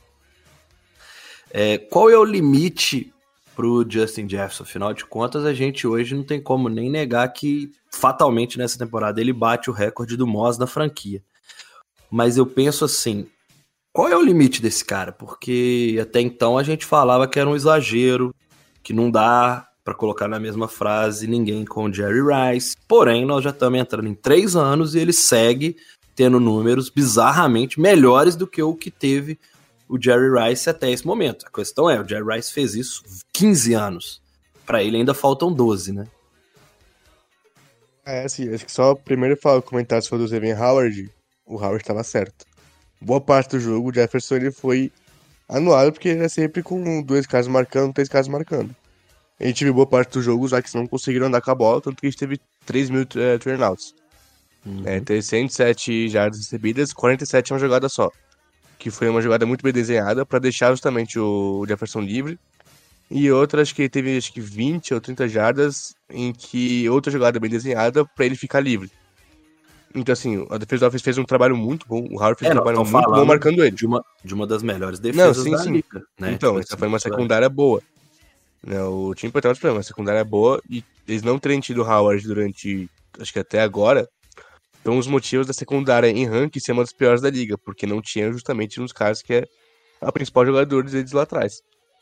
É, qual é o limite pro Justin Jefferson? Afinal de contas, a gente hoje não tem como nem negar que fatalmente nessa temporada ele bate o recorde do Moss da franquia. Mas eu penso assim, qual é o limite desse cara? Porque até então a gente falava que era um exagero, que não dá para colocar na mesma frase ninguém com o Jerry Rice. Porém, nós já estamos entrando em três anos e ele segue tendo números bizarramente melhores do que o que teve o Jerry Rice até esse momento. A questão é, o Jerry Rice fez isso quinze anos. Para ele ainda faltam doze, né? É, assim, acho que só o primeiro comentário sobre o Xavier Howard, o Howard estava certo. Boa parte do jogo, o Jefferson ele foi anulado porque ele é sempre com dois caras marcando, três caras marcando. A gente viu boa parte do jogo, já que não conseguiram andar com a bola, tanto que a gente teve três mil é, turnouts. Uhum. É, trezentas e sete jardas recebidas, quarenta e sete é uma jogada só. Que foi uma jogada muito bem desenhada para deixar justamente o Jefferson livre. E outra, acho que teve acho que vinte ou trinta jardas em que outra jogada bem desenhada para ele ficar livre. Então, assim, a defesa do Offense fez um trabalho muito bom. O Howard fez é, um trabalho muito bom marcando ele. De uma, de uma das melhores defesas não, sim, da sim. liga. Né? Então, tipo essa assim, foi uma secundária boa. Né, o time pode ter outros problemas, a secundária é boa e eles não terem tido o Howard durante, acho que até agora, são os motivos da secundária em ranking ser uma das piores da liga, porque não tinha justamente nos caras que é a principal jogador deles lá atrás.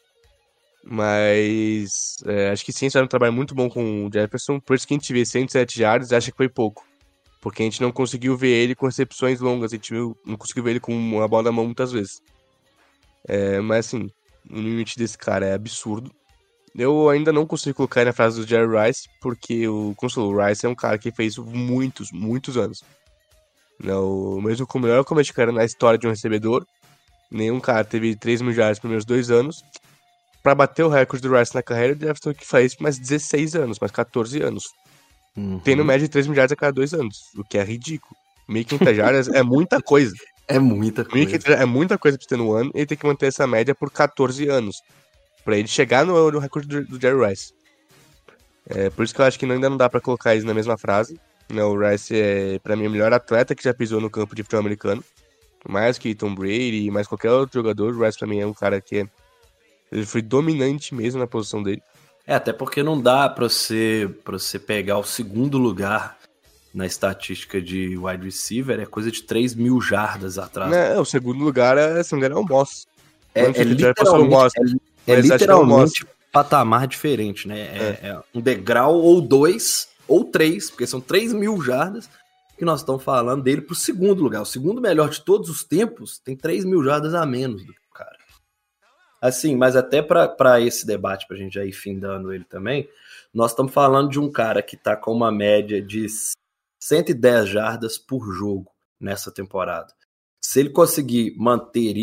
Mas é, acho que sim, isso era um trabalho muito bom com o Jefferson, por isso que a gente vê cento e sete yards e acha que foi pouco. Porque a gente não conseguiu ver ele com recepções longas, a gente viu, não conseguiu ver ele com uma bola na mão muitas vezes. É, mas assim, o limite desse cara é absurdo. Eu ainda não consigo colocar aí na frase do Jerry Rice, porque o Consuelo Rice é um cara que fez muitos, muitos anos. Não, mesmo com o melhor começo de carreira na história de um recebedor, nenhum cara teve três mil jardas nos primeiros dois anos. Pra bater o recorde do Rice na carreira, ele deve ter que fazer mais dezesseis anos, mais quatorze anos. Uhum. Tendo média de três mil jardas a cada dois anos, o que é ridículo. mil e quinhentas jardas é muita coisa. É muita coisa. mil e quinhentas é muita coisa pra você ter no ano, e ele tem que manter essa média por quatorze anos. Pra ele chegar no, no recorde do, do Jerry Rice. É, por isso que eu acho que ainda não dá pra colocar isso na mesma frase. Né, o Rice é, pra mim, o melhor atleta que já pisou no campo de futebol americano. Mais que Tom Brady e mais qualquer outro jogador. O Rice, pra mim, é um cara que é, ele foi dominante mesmo na posição dele. É, até porque não dá pra você, pra você pegar o segundo lugar na estatística de wide receiver. É coisa de três mil jardas atrás. É, o segundo lugar é, se não me engano, é o Moss. É, é, literalmente, é, é literalmente patamar diferente, né? É, é. é um degrau ou dois ou três, porque são três mil jardas que nós estamos falando dele pro segundo lugar. O segundo melhor de todos os tempos tem três mil jardas a menos do que o cara. Assim, mas até para esse debate, pra gente já ir findando ele também, nós estamos falando de um cara que tá com uma média de cento e dez jardas por jogo nessa temporada. Se ele conseguir manter isso,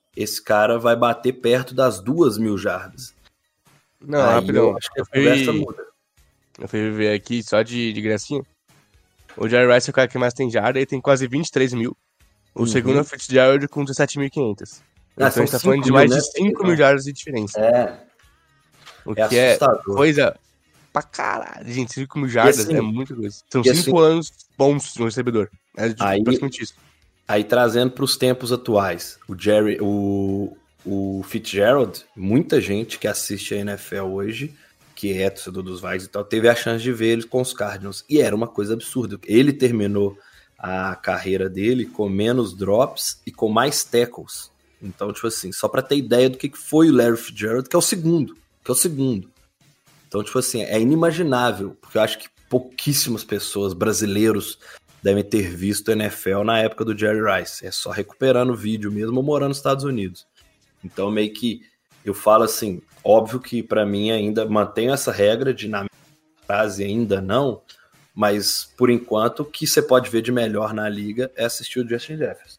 esse cara vai bater perto das duas mil jardas. Não, Aí rapidão. eu acho que a Eu conversa fui, muda. eu fui ver aqui só de, de gracinha. O Jerry Rice é o cara que mais tem jarda, ele tem quase vinte e três mil. O Uhum. segundo é o Fitzgerald com dezessete mil e quinhentos. Ah, Então a gente são tá falando de cinco mais mil, de né? cinco mil jardas de diferença. É, O é que é assustador. coisa pra caralho. Gente, cinco mil jardas assim- é muita coisa. São e cinco assim- anos bons de um recebedor. É de- Aí- praticamente isso. Aí trazendo para os tempos atuais, o Jerry, o, o Fitzgerald, muita gente que assiste a N F L hoje, que é torcedor dos Vikings e tal, teve a chance de ver ele com os Cardinals. E era uma coisa absurda. Ele terminou a carreira dele com menos drops e com mais tackles. Então, tipo assim, só para ter ideia do que foi o Larry Fitzgerald, que é o segundo, que é o segundo. Então, tipo assim, é inimaginável, porque eu acho que pouquíssimas pessoas, brasileiros, devem ter visto N F L na época do Jerry Rice. É só recuperando o vídeo mesmo ou morando nos Estados Unidos. Então, meio que eu falo assim, óbvio que para mim ainda mantenho essa regra de na minha frase ainda não, mas por enquanto o que você pode ver de melhor na liga é assistir o Justin Jefferson.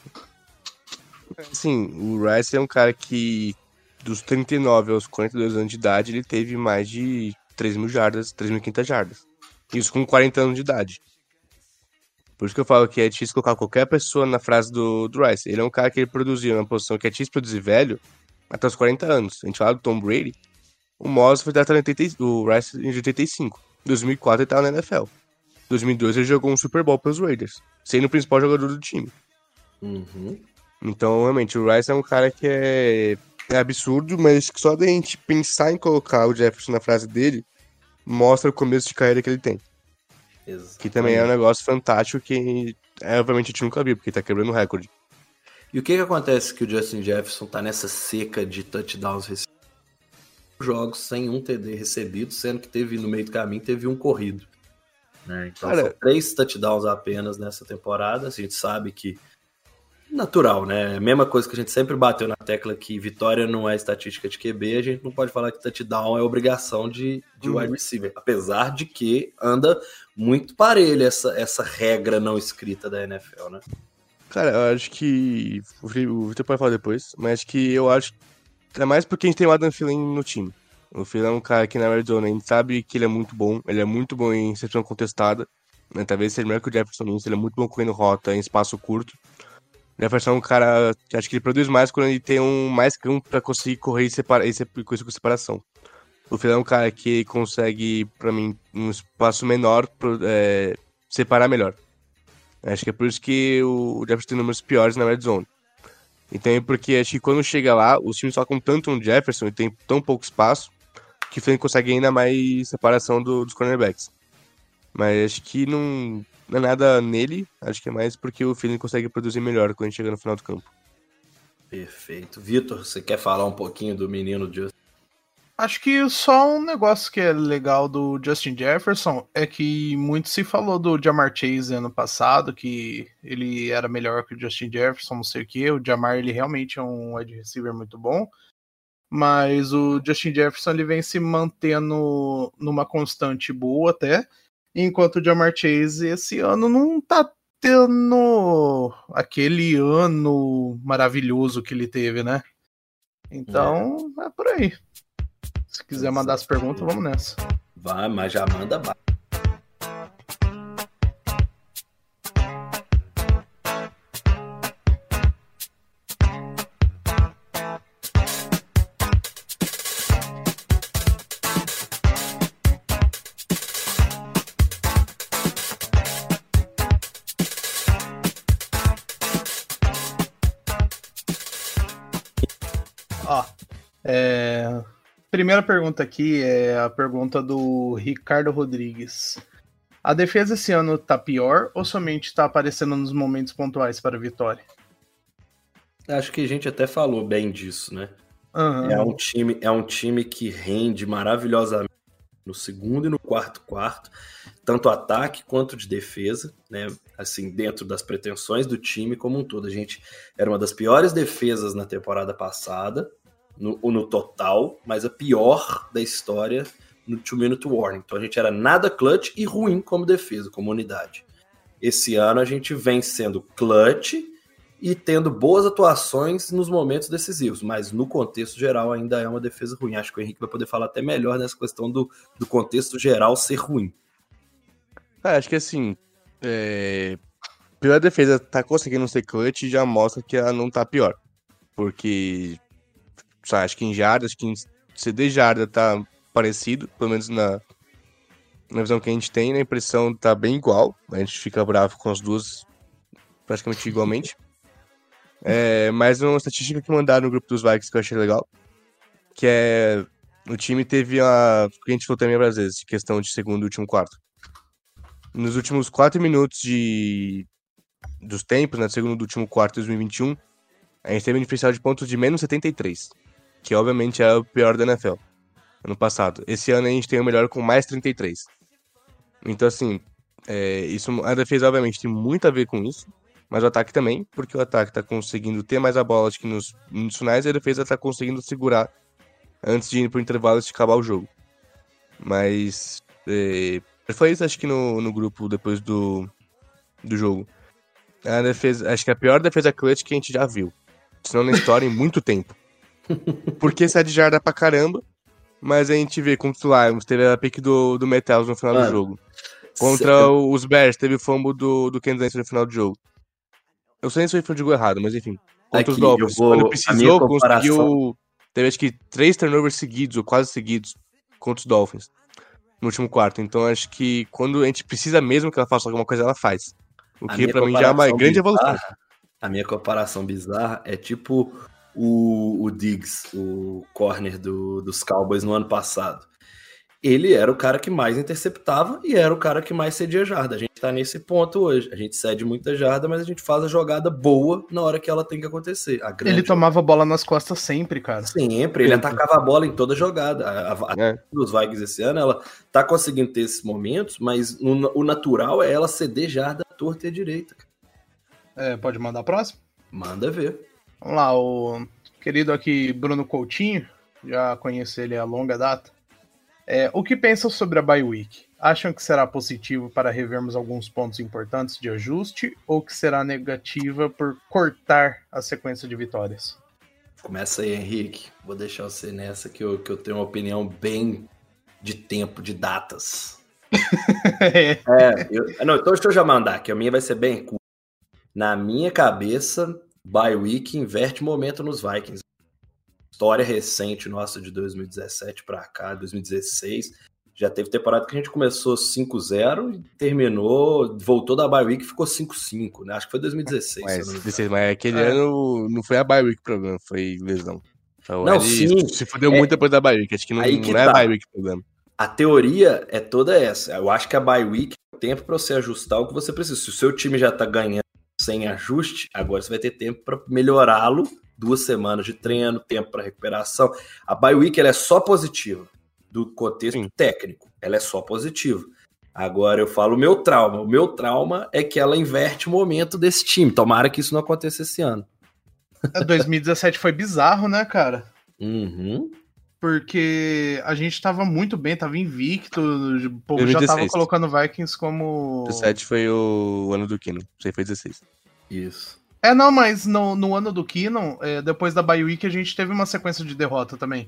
Assim, o Rice é um cara que dos trinta e nove aos quarenta e dois anos de idade, ele teve mais de três mil jardas, três mil e quinhentas jardas. Isso com quarenta anos de idade. Por isso que eu falo que é difícil colocar qualquer pessoa na frase do, do Rice. Ele é um cara que ele produziu na posição que é difícil produzir velho até os quarenta anos. A gente fala do Tom Brady. O Moss foi data em oitenta, o Rice em oitenta e cinco. Em dois mil e quatro ele estava na N F L. Em dois mil e dois ele jogou um Super Bowl pelos Raiders, sendo o principal jogador do time. Uhum. Então, realmente, o Rice é um cara que é, é absurdo, mas que só da gente pensar em colocar o Jefferson na frase dele mostra o começo de carreira que ele tem. Exatamente. Que também é um negócio fantástico que, é, obviamente, a gente nunca viu, porque tá quebrando o recorde. E o que que acontece que o Justin Jefferson tá nessa seca de touchdowns recebidos? Jogos sem um T D recebido, sendo que teve no meio do caminho, teve um corrido. Né? Então Cara, são três touchdowns apenas nessa temporada. A gente sabe que natural, né? Mesma coisa que a gente sempre bateu na tecla que vitória não é estatística de Q B, a gente não pode falar que touchdown é obrigação de, de Uhum. wide receiver. Apesar de que anda muito parelho essa, essa regra não escrita da N F L, né? Cara, eu acho que. O Felipe- o Vitor pode falar depois, mas acho que eu acho. É mais porque a gente tem o Adam Thielen no time. O Thielen é um cara que na Arizona a gente sabe que ele é muito bom. Ele é muito bom em recepção contestada. Né? Talvez seja melhor que o Jefferson nisso. Ele é muito bom correndo rota em espaço curto. O Jefferson é um cara que acho que ele produz mais quando ele tem um mais campo pra conseguir correr e, separa, e se- com isso com separação. O Thielen é um cara que consegue, pra mim, um espaço menor, pro- é, separar melhor. Acho que é por isso que o Jefferson tem números piores na red zone. Então é porque acho que quando chega lá, os times tocam tanto no Jefferson e tem tão pouco espaço que o Thielen consegue ainda mais separação do- dos cornerbacks. Mas acho que não, não é nada nele, acho que é mais porque o Thielen consegue produzir melhor quando a gente chega no final do campo. Perfeito. Vitor, você quer falar um pouquinho do menino Justin? Acho que só um negócio que é legal do Justin Jefferson é que muito se falou do Jamar Chase ano passado, que ele era melhor que o Justin Jefferson, não sei o que. O Jamar, ele realmente é um wide receiver muito bom, mas o Justin Jefferson ele vem se mantendo numa constante boa até, enquanto o Jamar Chase esse ano não tá tendo aquele ano maravilhoso que ele teve, né? Então, é, é por aí. Se quiser mandar as perguntas, vamos nessa. Vai, mas já manda ba- Ó, é... primeira pergunta aqui é a pergunta do Ricardo Rodrigues. A defesa esse ano tá pior ou somente tá aparecendo nos momentos pontuais para a vitória? Acho que a gente até falou bem disso, né? Aham. É um time, é um time que rende maravilhosamente no segundo e no quarto quarto, tanto ataque quanto de defesa, né? Assim, dentro das pretensões do time como um todo. A gente era uma das piores defesas na temporada passada, no, no total, mas a pior da história no two-minute warning. Então a gente era nada clutch e ruim como defesa, como unidade. Esse ano a gente vem sendo clutch e tendo boas atuações nos momentos decisivos, mas no contexto geral ainda é uma defesa ruim. Acho que o Henrique vai poder falar até melhor nessa questão do, do contexto geral ser ruim. Cara, acho que assim, é... pela defesa tá conseguindo ser clutch já mostra que ela não tá pior. Porque, sabe, acho que em jarda, acho que em C D jarda tá parecido, pelo menos na, na visão que a gente tem, a impressão tá bem igual. A gente fica bravo com as duas praticamente igualmente. É, mas uma estatística que mandaram no grupo dos Vikings que eu achei legal, que é, o time teve a, que a gente falou também várias vezes, de questão de segundo e último quarto. Nos últimos quatro minutos de, dos tempos, né, segundo do último quarto de dois mil e vinte e um, a gente teve um diferencial de pontos de menos setenta e três, que obviamente é o pior da N F L, ano passado. Esse ano a gente tem o melhor com mais trinta e três. Então assim, é, isso, a defesa obviamente tem muito a ver com isso, mas o ataque também, porque o ataque tá conseguindo ter mais a bola acho que nos, nos finais e a defesa tá conseguindo segurar antes de ir pro intervalo e de acabar o jogo. Mas é, foi isso acho que no, no grupo depois do, do jogo. A defesa, acho que a pior defesa clutch que a gente já viu. Senão na história em muito tempo. Porque sai de jarda pra caramba, mas a gente vê contra o Lions, teve a pick do, do Metals no final Mano, do jogo. Contra cê... os Bears, teve o fumble do, do Kansas no final do jogo. Eu sei se foi o jogo errado, mas enfim. Contra Aqui, os Dolphins, vou... quando precisou, comparação... conseguiu... Teve acho que três turnovers seguidos, ou quase seguidos, contra os Dolphins, no último quarto. Então acho que quando a gente precisa mesmo que ela faça alguma coisa, ela faz. O que pra mim já é uma grande evolução. A minha comparação bizarra é tipo o, o Diggs, o corner do, dos Cowboys no ano passado. Ele era o cara que mais interceptava e era o cara que mais cedia jarda. A gente tá nesse ponto hoje. A gente cede muita jarda, mas a gente faz a jogada boa na hora que ela tem que acontecer. A grande... Ele tomava a bola nas costas sempre, cara. Sempre. Ele atacava a bola em toda jogada. A, a, a é. dos Vikings esse ano, ela tá conseguindo ter esses momentos, mas no, o natural é ela ceder jarda à torta e à direita. É, pode mandar a próxima? Manda ver. Vamos lá, o querido aqui Bruno Coutinho, já conheço ele há longa data. É, o que pensam sobre a bye week? Acham que será positivo para revermos alguns pontos importantes de ajuste ou que será negativa por cortar a sequência de vitórias? Começa aí, Henrique. Vou deixar você nessa que eu, que eu tenho uma opinião bem de tempo, de datas. é, eu, não, então deixa eu já mandar, que a minha vai ser bem curta. Na minha cabeça, bye week inverte momento nos Vikings. História recente nossa de dois mil e dezessete para cá, dois mil e dezesseis, já teve temporada que a gente começou cinco a zero e terminou, voltou da bye week e ficou cinco a cinco, né? Acho que foi dois mil e dezesseis. Mas, não dezesseis, mas aquele é. ano não foi a bye week o problema, foi lesão. Então, não, sim. Se fudeu é... muito depois da bye week, acho que não, que não é tá. a bye week o problema. A teoria é toda essa. Eu acho que a bye week é o tempo para você ajustar o que você precisa. Se o seu time já tá ganhando sem ajuste, agora você vai ter tempo para melhorá-lo. Duas semanas de treino, tempo para recuperação. A bye week ela é só positiva do contexto Sim. técnico. Ela é só positiva. Agora eu falo o meu trauma. O meu trauma é que ela inverte o momento desse time. Tomara que isso não aconteça esse ano. dois mil e dezessete foi bizarro, né, cara? Uhum. Porque a gente tava muito bem, tava invicto. O povo já tava colocando Vikings como... dezessete foi o ano do Kino. Isso aí foi dezesseis. Isso. É, não, mas no, no ano do Keenum, é, depois da bye week, a gente teve uma sequência de derrota também.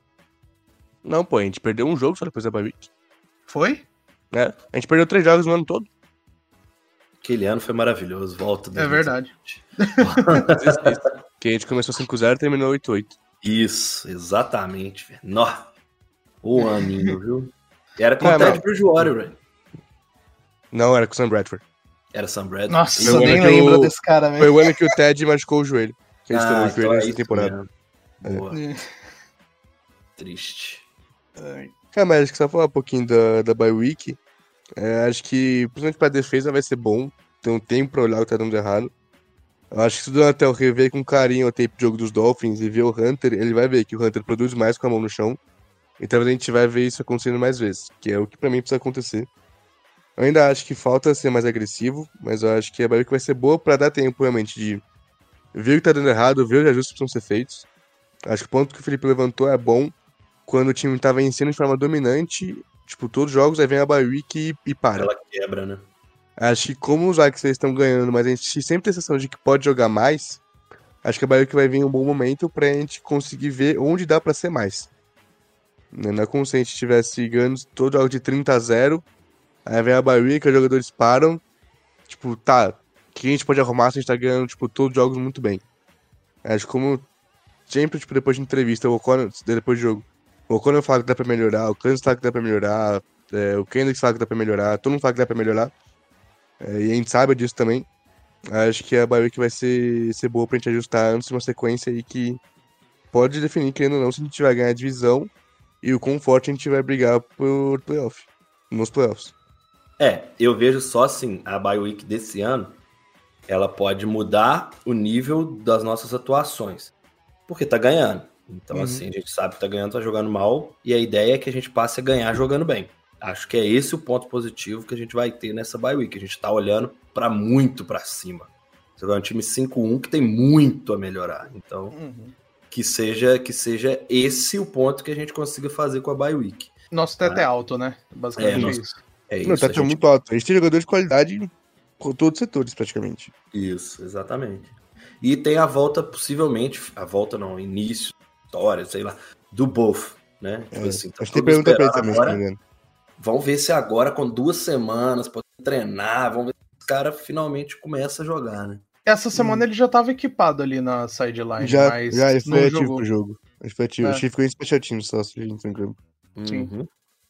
Não, pô, a gente perdeu um jogo só depois da bye week. Foi? É, a gente perdeu três jogos no ano todo. Aquele ano foi maravilhoso, volta. É verdade. Que a gente começou cinco a zero e terminou oito a oito. Isso, exatamente. Nó, o aninho, viu? Era com o Ted Bridgewater, velho. Não, era com o Sam Bradford. Era Sam Bradford. Nossa, eu nem lembro o... desse cara, velho. Foi o ano que o Ted machucou o joelho. Que a gente ah, tomou o então joelho é nessa temporada. Boa. É. Triste. Cara, mas acho que só falar um pouquinho da, da bye week. É, acho que, principalmente pra defesa, vai ser bom. Ter um tempo pra olhar o que tá dando errado. Eu acho que se o Donatel rever com carinho o tape de jogo dos Dolphins e ver o Hunter, ele vai ver que o Hunter produz mais com a mão no chão. Então a gente vai ver isso acontecendo mais vezes. Que é o que pra mim precisa acontecer. Eu ainda acho que falta ser mais agressivo, mas eu acho que a bye week vai ser boa pra dar tempo, realmente, de ver o que tá dando errado, ver os ajustes que precisam ser feitos. Acho que o ponto que o Felipe levantou é bom. Quando o time tá vencendo de forma dominante, tipo, todos os jogos, aí vem a bye week e, e para. Ela quebra, né? Acho que como os Vikings estão ganhando, mas a gente sempre tem a sensação de que pode jogar mais, acho que a bye week vai vir em um bom momento pra gente conseguir ver onde dá pra ser mais. Não é como se a gente estivesse ganhando todo jogo de trinta a zero, aí vem a bye week, os jogadores param, tipo, tá, o que a gente pode arrumar se a gente tá ganhando, tipo, todos os jogos muito bem. Acho que como sempre, tipo, depois de entrevista, o O'Connor, depois do jogo, o O'Connor fala que dá pra melhorar, o Kansas fala que dá pra melhorar, é, o Kendrick fala que dá pra melhorar, todo mundo fala que dá pra melhorar, é, e a gente sabe disso também. Acho que a bye week vai ser, ser boa pra gente ajustar antes de uma sequência aí que pode definir, querendo ou não, se a gente vai ganhar a divisão e o quão forte a gente vai brigar por playoff, nos playoffs. É, eu vejo só assim, a bye week desse ano, ela pode mudar o nível das nossas atuações, porque tá ganhando. Então, uhum. assim, a gente sabe que tá ganhando, tá jogando mal, e a ideia é que a gente passe a ganhar jogando bem. Acho que é esse o ponto positivo que a gente vai ter nessa bye week. A gente tá olhando para muito para cima. Você vai um time cinco a um que tem muito a melhorar. Então, uhum. que, seja, que seja esse o ponto que a gente consiga fazer com a bye week. Nosso teto ah. é alto, né? Basicamente é, nosso, isso. É isso. Não, o teto gente... é muito alto. A gente tem jogador de qualidade com todos os setores, praticamente. Isso, exatamente. E tem a volta, possivelmente, a volta não, início, história, sei lá, do Both, né? Tipo é, assim, tá acho que tem pergunta pra ele também, agora, se não me engano. Vamos ver se agora, com duas semanas, pode treinar, vamos ver se os caras finalmente começam a jogar, né? Essa semana hum. ele já estava equipado ali na sideline, já, mas já, ele foi ativo jogou. pro jogo. Ele foi ativo. É. Acho que ficou em special teams só, se a gente não engano. Sim. Uhum.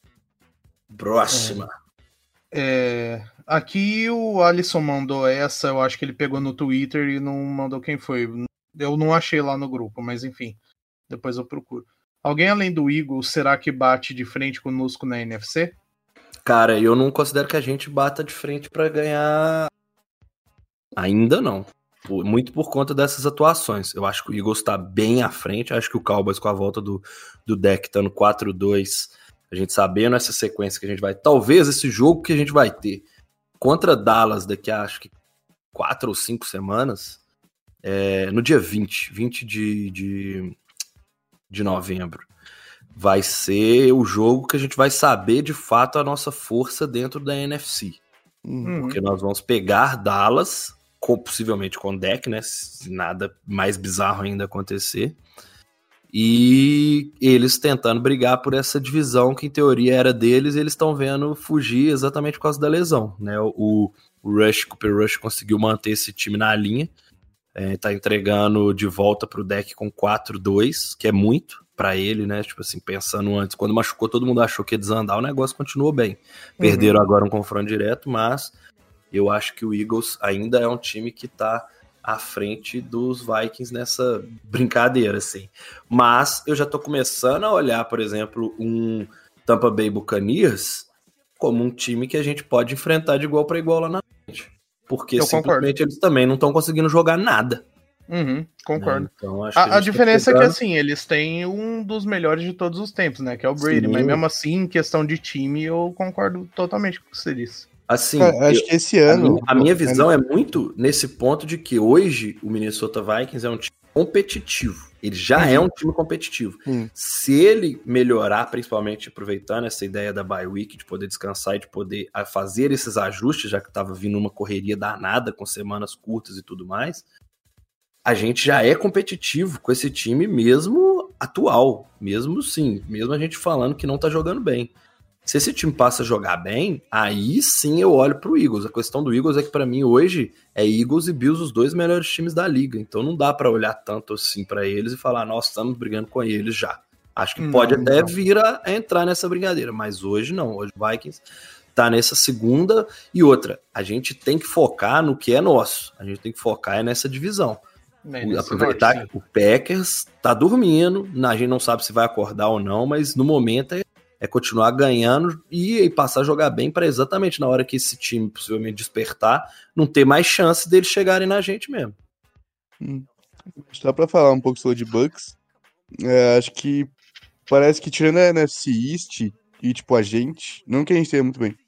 Próxima. É. É, aqui o Alisson mandou essa, eu acho que ele pegou no Twitter e não mandou quem foi. Eu não achei lá no grupo, mas enfim, depois eu procuro. Alguém além do Eagles, será que bate de frente conosco na N F C? Cara, eu não considero que a gente bata de frente pra ganhar. Ainda não. Muito por conta dessas atuações. Eu acho que o Eagles tá bem à frente. Acho que o Cowboys, com a volta do, do deck, tá no quatro a dois. A gente sabendo essa sequência que a gente vai... Talvez esse jogo que a gente vai ter contra Dallas daqui a, acho que, quatro ou cinco semanas, é, no dia vinte, vinte de, de, de novembro, vai ser o jogo que a gente vai saber, de fato, a nossa força dentro da N F C. Uhum. Porque nós vamos pegar Dallas, com, possivelmente com o deck, né? Se nada mais bizarro ainda acontecer. E eles tentando brigar por essa divisão que em teoria era deles, e eles estão vendo fugir exatamente por causa da lesão, né? O, o Rush, Cooper Rush conseguiu manter esse time na linha, é, tá entregando de volta pro deck com quatro a dois, que é muito pra ele, né? Tipo assim, pensando antes, quando machucou, todo mundo achou que ia desandar, o negócio continuou bem. Perderam uhum. agora um confronto direto, mas eu acho que o Eagles ainda é um time que tá à frente dos Vikings nessa brincadeira, assim. Mas eu já tô começando a olhar, por exemplo, um Tampa Bay Buccaneers como um time que a gente pode enfrentar de igual para igual lá na frente. Porque eu simplesmente concordo. Eles também não estão conseguindo jogar nada. Uhum, concordo. Né? Então, acho a, que a, a diferença tá é que, assim, eles têm um dos melhores de todos os tempos, né? Que é o Brady. Sim. Mas mesmo assim, em questão de time, eu concordo totalmente com o que você disse. Assim, é, acho eu, que esse ano... A minha, a minha visão é muito nesse ponto de que hoje o Minnesota Vikings é um time competitivo. Ele já uhum. é um time competitivo. Uhum. Se ele melhorar, principalmente aproveitando essa ideia da bye week, de poder descansar e de poder fazer esses ajustes, já que estava vindo uma correria danada com semanas curtas e tudo mais, a gente já é competitivo com esse time mesmo atual. Mesmo sim, mesmo a gente falando que não tá jogando bem. Se esse time passa a jogar bem, aí sim eu olho pro Eagles. A questão do Eagles é que pra mim hoje é Eagles e Bills os dois melhores times da liga. Então não dá pra olhar tanto assim pra eles e falar, nós estamos brigando com eles já. Acho que não, pode até não. vir a entrar nessa brincadeira, mas hoje não. Hoje o Vikings tá nessa segunda e outra. A gente tem que focar no que é nosso. A gente tem que focar é nessa divisão. É, aproveitar norte, que o Packers tá dormindo, a gente não sabe se vai acordar ou não, mas no momento é é continuar ganhando e, e passar a jogar bem para exatamente na hora que esse time possivelmente despertar, não ter mais chance deles chegarem na gente mesmo. Hum. Só para falar um pouco sobre de Bucks, é, acho que parece que tirando a N F C East e tipo a gente, não que a gente esteja muito bem,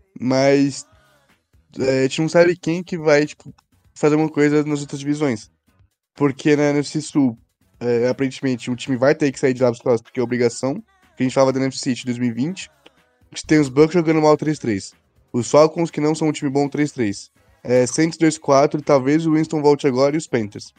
mas é, a gente não sabe quem que vai tipo, fazer uma coisa nas outras divisões. Porque na N F C Sul, é, aparentemente, o time vai ter que sair de lá dos playoffs porque é obrigação. Que a gente falava da N F C de dois mil e vinte, que tem os Bucks jogando mal três a três. Os Falcons, que não são um time bom, três três. É, Saints dois quatro, talvez o Winston volte agora e os Panthers.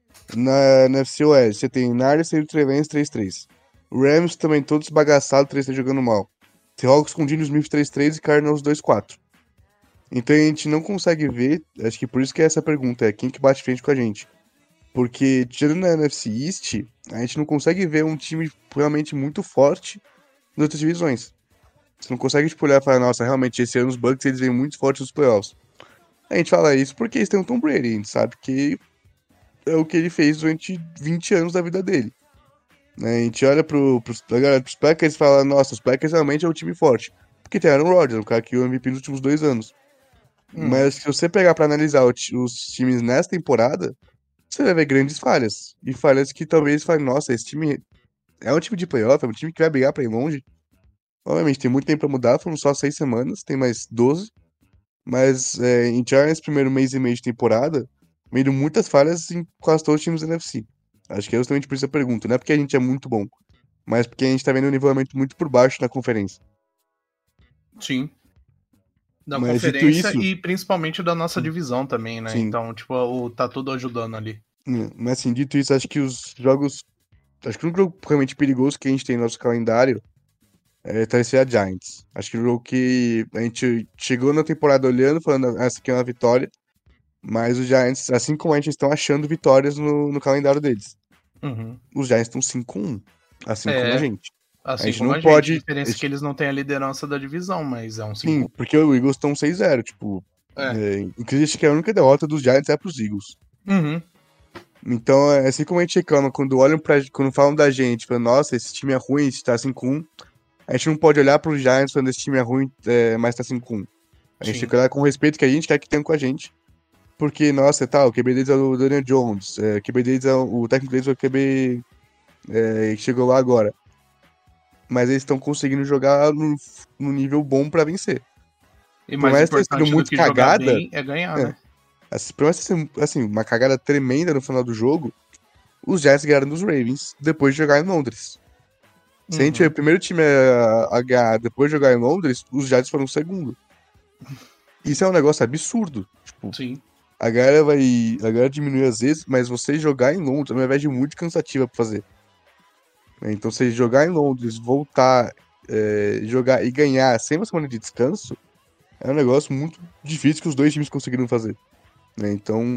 Na, na F C Oeste, você tem Niners e o Trevens três três. Rams também todos bagaçados, três três jogando mal. Seahawks com Dino Smith três três e Cardinals dois quatro. Então a gente não consegue ver, acho que por isso que é essa pergunta, é quem que bate frente com a gente. Porque, tirando na N F C East, a gente não consegue ver um time realmente muito forte nas outras divisões. Você não consegue tipo, olhar e falar, nossa, realmente esse ano os Bucks eles vêm muito fortes nos playoffs. A gente fala isso porque eles têm o Tom Brady, a gente sabe que é o que ele fez durante vinte anos da vida dele. Né? A gente olha pro, pros, pros Packers e fala, nossa, os Packers realmente é um time forte. Porque tem Aaron Rodgers, um cara que o M V P nos últimos dois anos. Hum. Mas se você pegar pra analisar o, os times nessa temporada, você vai ver grandes falhas. E falhas que talvez falem, nossa, esse time é um time de playoff, é um time que vai brigar pra ir longe. Obviamente, tem muito tempo pra mudar, foram só seis semanas, tem mais doze. Mas é, em já nesse primeiro mês e meio de temporada, meio muitas falhas em quase todos os times da N F C. Acho que é justamente por isso a pergunta. Não é porque a gente é muito bom, mas porque a gente tá vendo um nivelamento muito por baixo na conferência. Sim. Da mas, conferência isso, e principalmente da nossa divisão também, né? Sim. Então, tipo, o, tá tudo ajudando ali. Mas assim, dito isso, acho que os jogos... Acho que o único jogo realmente perigoso que a gente tem no nosso calendário é torcer a Giants. Acho que o jogo que a gente chegou na temporada olhando, falando, essa aqui é uma vitória, mas os Giants, assim como a gente, estão achando vitórias no, no calendário deles. Uhum. Os Giants estão cinco a um, assim é, como a gente. Assim a gente como não a pode... gente. A diferença é que eles não têm a liderança da divisão, mas é um cinco a um. Sim, porque o Eagles estão seis a zero, tipo... É. É, inclusive, acho que a única derrota dos Giants é pros Eagles. Uhum. Então, é assim como a gente reclama, quando olham pra... Quando falam da gente, falando, nossa, esse time é ruim, esse tá cinco a um, a gente não pode olhar pros Giants falando, esse time é ruim, é, mas tá cinco a um. A gente Sim. tem que olhar com o respeito que a gente quer que tenham com a gente. Porque, nossa, tá, o Q B deles é o Daniel Jones, é, o Q B deles é o, o técnico deles é o Q B é, que chegou lá agora. Mas eles estão conseguindo jogar no, no nível bom pra vencer. E mais, mais importante do muito que cagada, jogar bem é ganhar, é, né? Assim, por mais ser assim, uma cagada tremenda no final do jogo, os Giants ganharam dos Ravens depois de jogar em Londres. Se uhum. a gente é o primeiro time a, a ganhar depois de jogar em Londres, os Giants foram o segundo. Isso é um negócio absurdo. Tipo, Sim. A galera vai. A galera diminui às vezes, mas você jogar em Londres é uma viagem muito cansativa pra fazer. Então, você jogar em Londres, voltar, é, jogar e ganhar sem uma semana de descanso é um negócio muito difícil que os dois times conseguiram fazer. Né? Então,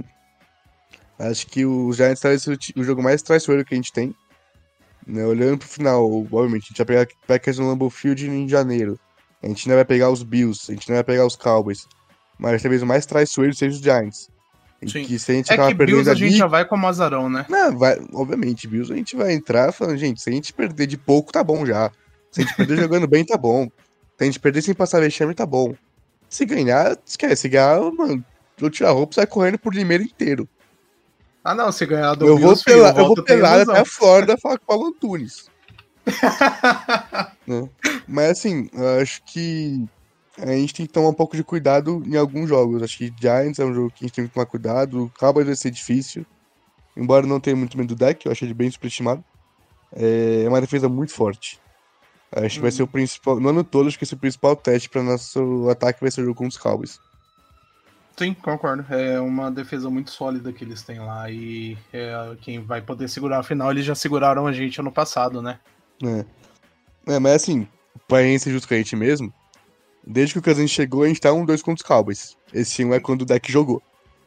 acho que o Giants tá esse o jogo mais traiçoeiro que a gente tem. Né? Olhando pro final, obviamente, a gente vai pegar Packers no Lambeau Field em janeiro. A gente não vai pegar os Bills, a gente não vai pegar os Cowboys. Mas talvez o mais traiçoeiro seja os Giants. Sim. Que se a gente é que Bills a ali, gente já vai como azarão, né? Não, vai, obviamente, Bills a gente vai entrar falando, gente, se a gente perder de pouco, tá bom já. Se a gente perder jogando bem, tá bom. Se a gente perder sem passar vexame, tá bom. Se ganhar, esquece. Se ganhar, mano, eu tiro a roupa e sai correndo por Limeira inteiro. Ah, não, se ganhar do eu Bills, vou pela, filho, eu, eu vou pelar até a Flórida falar com o Paulo Antunes. Né? Mas assim, eu acho que a gente tem que tomar um pouco de cuidado em alguns jogos. Acho que Giants é um jogo que a gente tem que tomar cuidado. O Cowboys vai ser difícil. Embora não tenha muito medo do deck, eu acho ele bem superestimado. É uma defesa muito forte. Acho que hum. vai ser o principal. No ano todo, acho que vai ser o principal teste para nosso ataque vai ser o jogo com os Cowboys. Sim, concordo. É uma defesa muito sólida que eles têm lá. E é, quem vai poder segurar a final, eles já seguraram a gente ano passado, né? É. É, mas assim, pra gente ser justo com a gente mesmo, desde que o Cousins chegou, a gente tá um dois contra os Cowboys. Esse um é quando o deck jogou.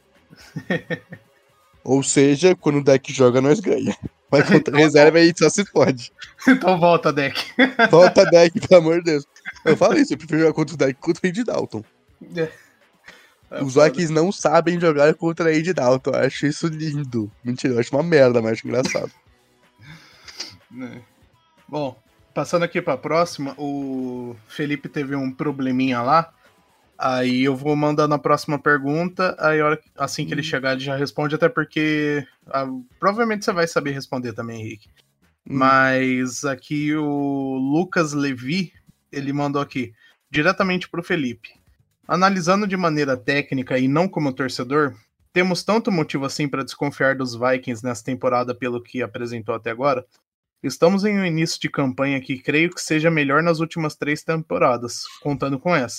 Ou seja, quando o deck joga, nós ganha. Mas contra então, reserva a gente só se pode. Então volta, deck. Volta, deck, pelo amor de Deus. Eu falo isso, eu prefiro jogar contra o deck contra o Andy Dalton. É. É os Vikings não sabem jogar contra a Andy Dalton. Eu acho isso lindo. Mentira, eu acho uma merda, mas acho engraçado. É. Bom, passando aqui pra próxima, o Felipe teve um probleminha lá. Aí eu vou mandando a próxima pergunta, aí assim que ele chegar ele já responde, até porque ah, provavelmente você vai saber responder também, Henrique. Hum. Mas aqui o Lucas Levi, ele mandou aqui, diretamente pro Felipe. Analisando de maneira técnica e não como torcedor, temos tanto motivo assim para desconfiar dos Vikings nessa temporada pelo que apresentou até agora? Estamos em um início de campanha que creio que seja melhor nas últimas três temporadas, contando com essa.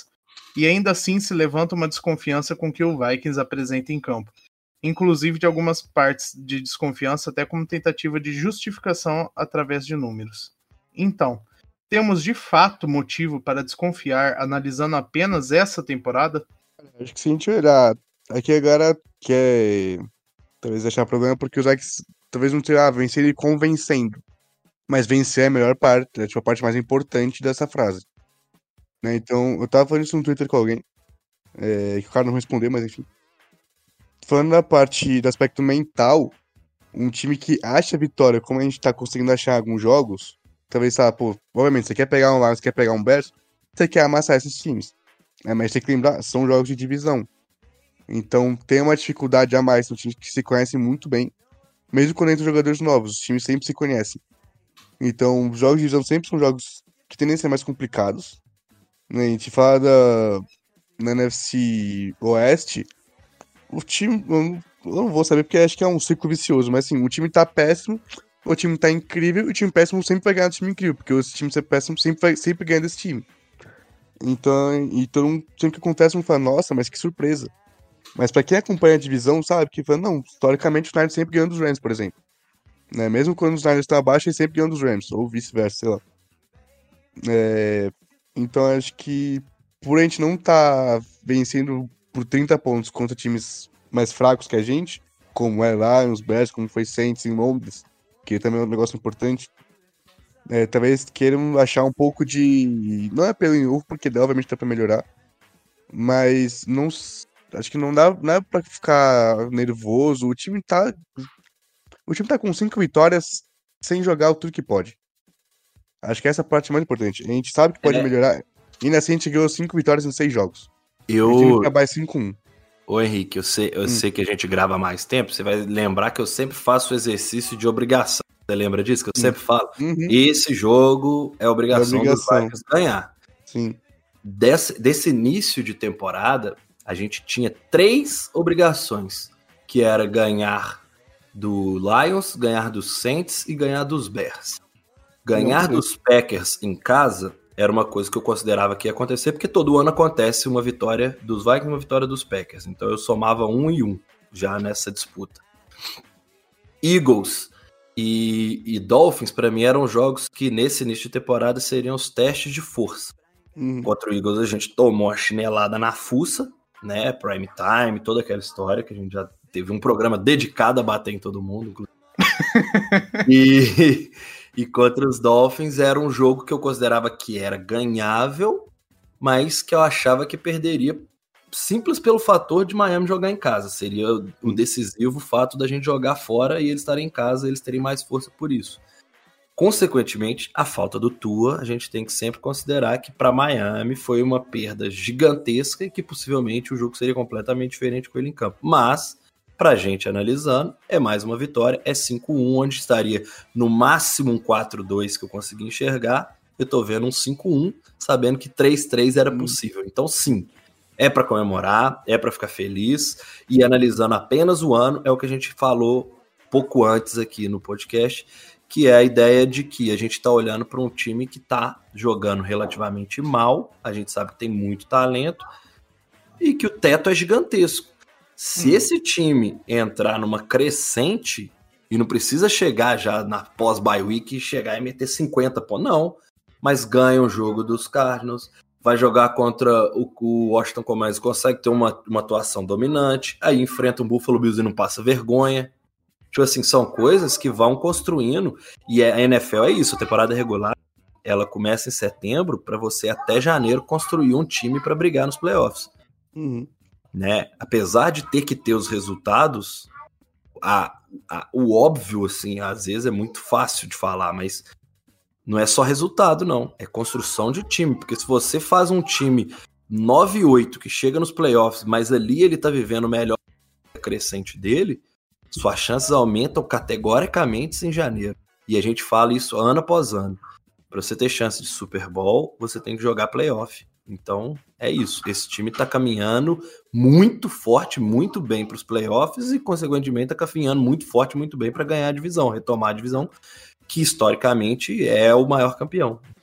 e ainda assim se levanta uma desconfiança com o que o Vikings apresenta em campo. Inclusive de algumas partes de desconfiança até como tentativa de justificação através de números. Então, temos de fato motivo para desconfiar analisando apenas essa temporada? Acho que se a gente olhar aqui agora, que é talvez achar problema, porque os Vikings talvez não tenha ah, vencer ele convencendo, mas vencer é a melhor parte, é tipo, a parte mais importante dessa frase. Né? Então, eu tava falando isso no Twitter com alguém, é, que o cara não respondeu, mas enfim. Falando da parte do aspecto mental, um time que acha a vitória, como a gente tá conseguindo achar em alguns jogos, talvez, sabe, pô, obviamente, você quer pegar um Lions, quer pegar um Bears, você quer amassar esses times. É, mas tem que lembrar, são jogos de divisão. Então tem uma dificuldade a mais no time que se conhece muito bem. Mesmo quando entram jogadores novos, os times sempre se conhecem. Então, jogos de divisão sempre são jogos que tendem a ser mais complicados. Né? A gente fala da na N F C Oeste, o time, eu não, eu não vou saber porque acho que é um ciclo vicioso, mas assim, o time tá péssimo, o time tá incrível, e o time péssimo sempre vai ganhar do time incrível, porque o time péssimo sempre, vai, sempre ganha desse time. Então, então, sempre que acontece, um fala, nossa, mas que surpresa. Mas pra quem acompanha a divisão, sabe, que fala, não, historicamente o Niners sempre ganhando dos Rams, por exemplo. Né? Mesmo quando os Niners estão abaixo, eles sempre ganham dos Rams, ou vice-versa, sei lá. É, então, acho que por a gente não tá vencendo por trinta pontos contra times mais fracos que a gente, como é Lions, Bears, como foi Saints em Londres, que também é um negócio importante, É, talvez queiram achar um pouco de... Não é pelo em ovo, porque obviamente dá pra melhorar. Mas não... Acho que não dá, não é pra ficar nervoso. O time tá... O time tá com cinco vitórias sem jogar o tudo que pode. Acho que essa é a parte mais importante. A gente sabe que pode é. melhorar. E ainda assim a gente ganhou cinco vitórias em seis jogos. Eu... O time acabar cinco a um. Ô Henrique, eu sei, eu hum. sei que a gente grava mais tempo. Você vai lembrar que eu sempre faço o exercício de obrigação. Você lembra disso? Que eu sempre falo. Uhum. Esse jogo é obrigação, é obrigação. dos Vikings ganhar. Sim. Desse, desse início de temporada, a gente tinha três obrigações, que era ganhar do Lions, ganhar dos Saints e ganhar dos Bears. Ganhar Muito dos bem. Packers em casa era uma coisa que eu considerava que ia acontecer, porque todo ano acontece uma vitória dos Vikings e uma vitória dos Packers. Então eu somava um e um já nessa disputa. Eagles E, e Dolphins, para mim, eram jogos que nesse início de temporada seriam os testes de força. Uhum. Contra o Eagles a gente tomou a chinelada na fuça, né? Prime time, toda aquela história que a gente já teve um programa dedicado a bater em todo mundo, inclusive. e, e contra os Dolphins era um jogo que eu considerava que era ganhável, mas que eu achava que perderia simples pelo fator de Miami jogar em casa. Seria o decisivo fato da gente jogar fora e eles estarem em casa, eles terem mais força por isso. Consequentemente, a falta do Tua, a gente tem que sempre considerar que para Miami foi uma perda gigantesca e que possivelmente o jogo seria completamente diferente com ele em campo. Mas, pra gente analisando, é mais uma vitória, é cinco a um, onde estaria no máximo um quatro a dois que eu consegui enxergar. Eu tô vendo um cinco a um, sabendo que três a três era possível. Então, sim, é para comemorar, é para ficar feliz, e analisando apenas o ano, é o que a gente falou pouco antes aqui no podcast, que é a ideia de que a gente está olhando para um time que está jogando relativamente mal, a gente sabe que tem muito talento, e que o teto é gigantesco. Se hum. esse time entrar numa crescente, e não precisa chegar já na pós-bye week e chegar e meter cinquenta pontos, não, mas ganha o jogo dos Cardinals, vai jogar contra o, o Washington Commanders, consegue ter uma, uma atuação dominante, aí enfrenta um Buffalo Bills e não passa vergonha. Tipo assim, são coisas que vão construindo, e a N F L é isso, a temporada regular, ela começa em setembro para você até janeiro construir um time para brigar nos playoffs. Uhum. Né? Apesar de ter que ter os resultados, a, a, o óbvio, assim, às vezes é muito fácil de falar, mas não é só resultado, não. É construção de time. Porque se você faz um time nove a oito que chega nos playoffs, mas ali ele tá vivendo o melhor crescente dele, suas chances aumentam categoricamente em janeiro. E a gente fala isso ano após ano. Para você ter chance de Super Bowl, você tem que jogar playoff. Então, é isso. Esse time tá caminhando muito forte, muito bem para os playoffs e, consequentemente, tá caminhando muito forte, muito bem para ganhar a divisão, retomar a divisão, que historicamente é o maior campeão.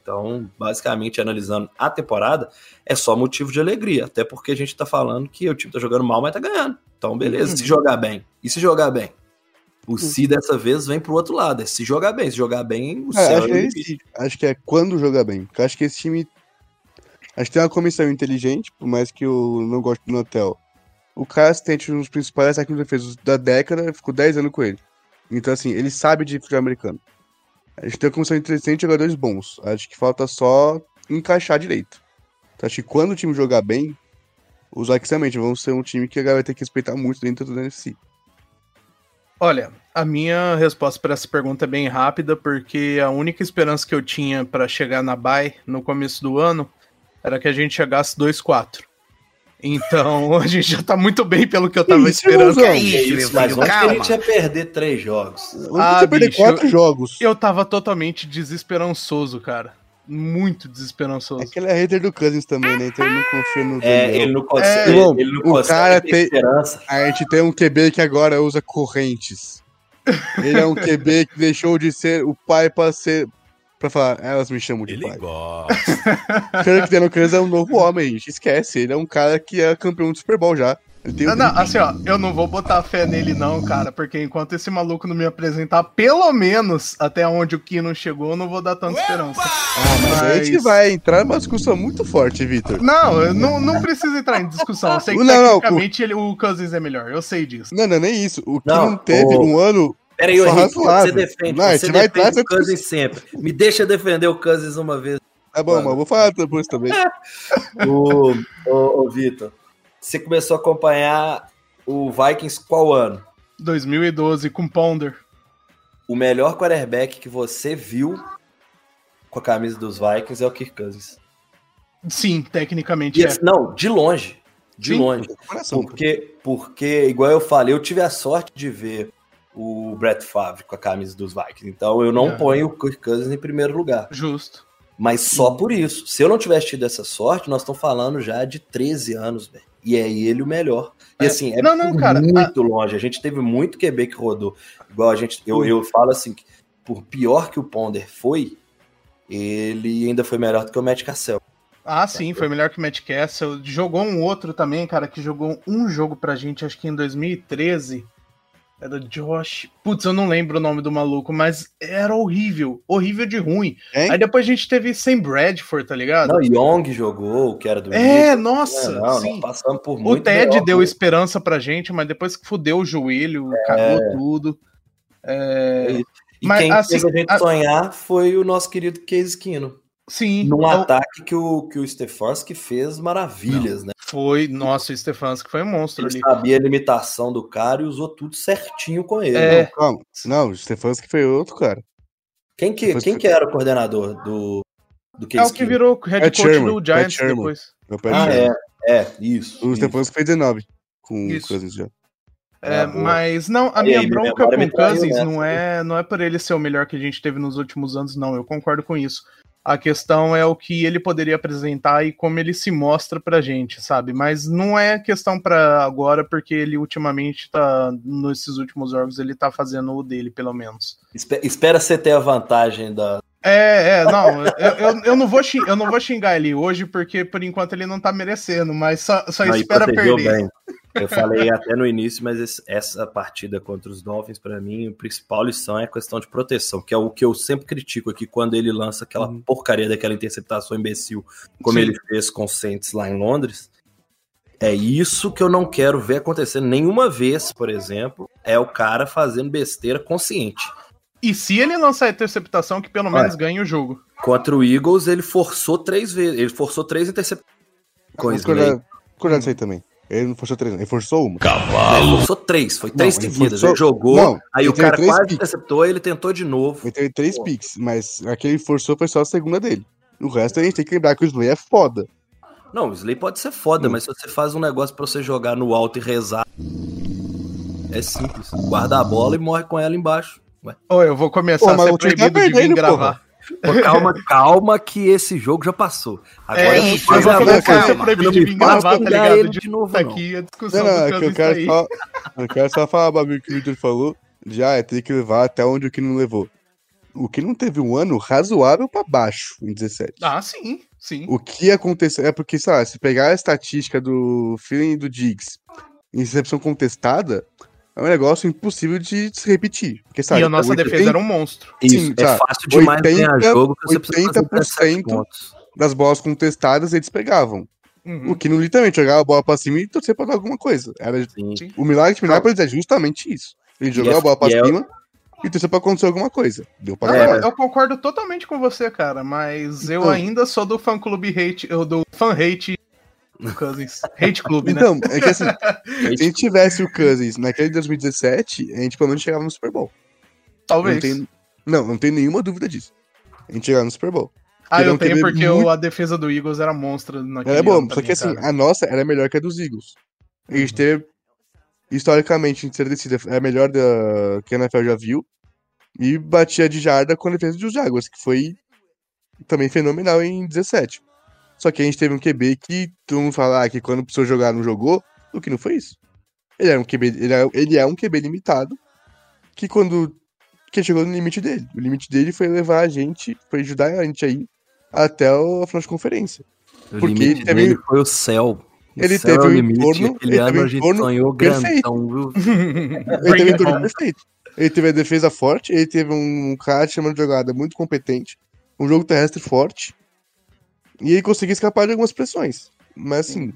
Então, basicamente, analisando a temporada, é só motivo de alegria. Até porque a gente tá falando que o time tá jogando mal, mas tá ganhando. Então, beleza, uhum. se jogar bem. E se jogar bem? O se dessa vez vem pro outro lado. É se jogar bem. Se jogar bem, o é, céu acho, é que é, acho que é quando jogar bem. Porque acho que esse time... Acho que tem uma comissão inteligente, por mais que eu não goste do Notel. O cara assistente nos principais técnicos defesas da década, ficou dez anos com ele. Então, assim, ele sabe de futebol americano. A gente tem uma comissão interessante de jogadores bons. Acho que falta só encaixar direito. Então, acho que quando o time jogar bem, os Vikings realmente vão ser um time que a galera vai ter que respeitar muito dentro do N F C. Olha, a minha resposta para essa pergunta é bem rápida, porque a única esperança que eu tinha para chegar na bye no começo do ano era que a gente chegasse dois quatro. Então, a gente já tá muito bem pelo que eu tava isso, esperando. É isso, mas onde que a gente ia perder três jogos? Onde ah, ia perder bicho, quatro jogos? Eu tava totalmente desesperançoso, cara. Muito desesperançoso. É que ele é hater do Cousins também, né? Então ele não confia no É, Daniel. ele não consegue. É, ele, ele não o consegue cara ter tem esperança. A gente tem um Q B que agora usa correntes. Ele é um Q B que deixou de ser o pai pra ser... Pra falar, elas me chamam de ele pai. Ele gosta. O Kirk Daniel Cousins é um novo homem, gente. Esquece. Ele é um cara que é campeão do Super Bowl já. Ele tem um não, não, assim, ó, eu não vou botar fé nele não, cara, porque enquanto esse maluco não me apresentar, pelo menos até onde o Kino chegou, eu não vou dar tanta esperança. Ah, mas, mas... a gente vai entrar numa discussão muito forte, Vitor. Não, eu não, não precisa entrar em discussão. Eu sei que não, tecnicamente não, o... Ele, o Cousins é melhor, eu sei disso. Não, não, nem isso. O Kino não, teve o... um ano... Peraí, Henrique, você defende, não, você defende vai o Cousins sempre. Me deixa defender o Cousins uma vez. Tá bom, mas vou falar depois também. o o, o Vitor, você começou a acompanhar o Vikings qual ano? dois mil e doze, com Ponder. O melhor quarterback que você viu com a camisa dos Vikings é o Kirk Cousins. Sim, tecnicamente yes, é. Não, de longe. De Sim, longe. Porque, porque, igual eu falei, eu tive a sorte de ver o Brett Favre com a camisa dos Vikings. Então eu não é. ponho o Kirk Cousins em primeiro lugar. Justo. Mas só por isso. Se eu não tivesse tido essa sorte, nós estamos falando já de treze anos, velho. E é ele o melhor. E é. assim, é não, não, cara, muito a... longe. A gente teve muito Q B que rodou. Igual a gente... Eu, eu falo assim, que por pior que o Ponder foi, ele ainda foi melhor do que o Matt Cassell. Ah, sim, foi melhor que o Matt Cassell. Jogou um outro também, cara, que jogou um jogo pra gente, acho que em dois mil e treze... Era Josh... Putz, eu não lembro o nome do maluco, mas era horrível. Horrível de ruim. Hein? Aí depois a gente teve Sam Bradford, tá ligado? Não, Young jogou, que era do... É, Eagle. Nossa! Não, não, sim. Nós passamos por muito O Ted melhor, deu né? esperança pra gente, mas depois que fudeu o joelho, é... cagou tudo. É... E mas, quem assim, fez a gente a... sonhar foi o nosso querido Case Keenum. Sim. Num eu... ataque que o, que o Stefanski fez maravilhas, não. né? Foi, nossa, o Stefanski foi um monstro ele ali. Sabia a limitação do cara e usou tudo certinho com ele. É. Não, calma. Não, o Stefanski foi outro cara. Quem que, quem foi... que era o coordenador do, do Case É o que virou head coach Sherman, do Giants depois. Ah, é, é, isso. O Stefanski foi dezenove com isso. o Cousins já. É, ah, mas não, a minha aí, bronca com o Cousins não é, não é por ele ser o melhor que a gente teve nos últimos anos, não. Eu concordo com isso. A questão é o que ele poderia apresentar e como ele se mostra pra gente, sabe? Mas não é questão pra agora, porque ele ultimamente tá, nesses últimos jogos, ele tá fazendo o dele, pelo menos. Espera você ter a vantagem da... É, é, não, eu, eu, eu, não vou xingar, eu não vou xingar ele hoje, porque por enquanto ele não tá merecendo, mas só, só não, espera perder. Bem. Eu falei até no início, mas esse, essa partida contra os Dolphins, pra mim, a principal lição é a questão de proteção, que é o que eu sempre critico aqui quando ele lança aquela uhum. porcaria daquela interceptação imbecil, como Sim. ele fez com o Saints lá em Londres. É isso que eu não quero ver acontecer nenhuma vez, por exemplo, é o cara fazendo besteira consciente. E se ele lançar a interceptação, que pelo menos ganha o jogo. Contra o Eagles, ele forçou três vezes, ele forçou três interceptações. Cuidado isso aí também. Ele não forçou três, ele forçou uma. Cavalo. Ele forçou três, foi três não, seguidas. Ele, forçou... ele jogou, não, aí ele o cara quase picks. interceptou, ele tentou de novo. Ele teve três picks, mas aquele forçou foi só a segunda dele. O resto a gente tem que lembrar que o Slay é foda. Não, o Slay pode ser foda, hum. mas se você faz um negócio pra você jogar no alto e rezar, é simples. Guarda a bola e morre com ela embaixo. Ué. Ô, eu vou começar Pô, a ser proibido tá de vir gravar. Pô, calma, calma que esse jogo já passou. Agora é, eu vou começar a ser proibido de vir gravar, tá ligado? De, de novo, tá aqui a discussão não, não, do é que eu quero só, eu quero só falar o bagulho que o Victor falou, de ah, tem que levar até onde o que não levou. o que não teve um ano razoável pra baixo em dezessete. Ah, sim, sim. O que aconteceu é porque, sei lá, se pegar a estatística do Feeling e do Diggs em recepção contestada, é um negócio impossível de se repetir. Porque, sabe, E a nossa oitenta defesa era um monstro. Isso, Sim, é sabe, fácil demais ganhar oitenta jogo que você precisa fazer dezessete pontos. das bolas contestadas eles pegavam. Uhum. O que não literalmente jogava a bola pra cima e torcer pra dar alguma coisa. Era, Sim. o milagre de Minneapolis é justamente isso. Ele jogou é, a bola pra e cima é... e torcer pra acontecer alguma coisa. Deu pra Não, caralho. eu, eu concordo totalmente com você, cara, mas eu Então. ainda sou do fã clube hate, eu do fan hate do Cousins. Hate clube, né? Então, é que assim, se a gente tivesse o Cousins naquele dois mil e dezessete, a gente pelo menos chegava no Super Bowl. Talvez. Não tem, não, não tem nenhuma dúvida disso. A gente chegava no Super Bowl. Ah, Ele eu não tenho teve porque muito- o- a defesa do Eagles era monstra naquele Era bom, ano só também, que assim, cara. a nossa era melhor que a dos Eagles. A gente teve, historicamente, em terceira descida, é a melhor da, que a N F L já viu. E batia de jarda com a defesa dos Jaguars, que foi também fenomenal em dezessete. Só que a gente teve um Q B que todo mundo fala ah, que quando precisou jogar não jogou, o que não foi isso. Ele é um Q B, ele é, ele é um Q B limitado, que quando que chegou no limite dele. O limite dele foi levar a gente, foi ajudar a gente aí até a final de conferência. O Porque limite teve- dele foi o céu. O ele céu teve é o um limite. entorno- Aquele ele ano teve um a gente entorno sonhou perfeito. grandão, viu? Ele Bring teve it tudo home. perfeito. Ele teve a defesa forte, ele teve um cara chamando de jogada muito competente, um jogo terrestre forte, e ele conseguiu escapar de algumas pressões. Mas assim,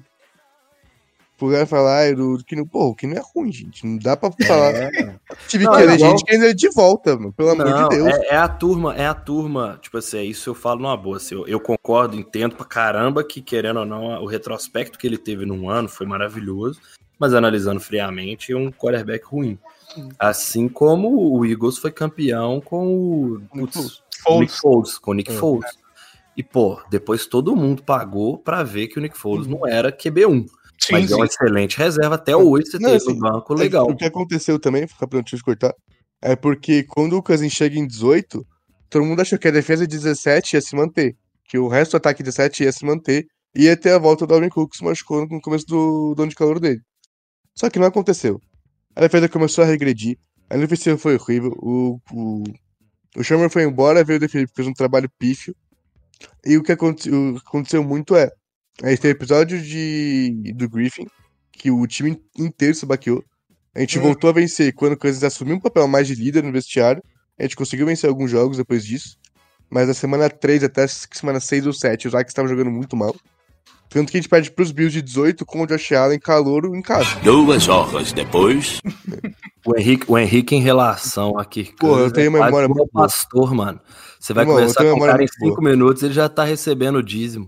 por cara falar ah, do que não, pô, o que não é ruim, gente. Não dá pra falar. Tive Não, que é ter igual- gente que ainda é de volta, mano, pelo amor Não, de Deus. É, é a turma, é a turma, tipo assim, é isso eu falo numa boa. Assim, eu, eu concordo, entendo pra caramba que, querendo ou não, o retrospecto que ele teve num ano foi maravilhoso, mas analisando friamente, é um quarterback ruim. Assim como o Eagles foi campeão com o, putz, o Nick Foles, com o Nick É. Foles. E, pô, depois todo mundo pagou pra ver que o Nick Foles não era Q B um. Sim, Mas é sim. uma excelente reserva. Até hoje você Não, tem assim, no banco É, legal. O que aconteceu também, rapidão, deixa eu te cortar, é porque quando o Cousins chega em dezoito, todo mundo achou que a defesa de dezessete ia se manter, que o resto do ataque de dezessete ia se manter, e ia ter a volta do Alvin Cook que se machucou no começo do, do ano de calor dele. Só que não aconteceu. A defesa começou a regredir, a linha ofensiva foi horrível, o, o, o Sherman foi embora, veio o DeFilipe, fez um trabalho pífio, e o que aconteceu, o que aconteceu muito é, a gente teve episódio de, do Griffin, que o time inteiro se baqueou. A gente Hum. voltou a vencer quando o Cousins assumiu um papel mais de líder no vestiário. A gente conseguiu vencer alguns jogos depois disso. Mas na semana três até a semana seis ou sete, os Vikings estavam jogando muito mal. Tanto que a gente perde pros Bills de dezoito com o Josh Allen calouro em casa. Duas horas depois. O Henrique, o Henrique em relação a Kirk Porra, eu Cousins tenho é memória quase como muito boa. pastor, mano. Você vai Irmão, eu conversar tenho com o memória cara em muito boa. cinco minutos, ele já tá recebendo o dízimo.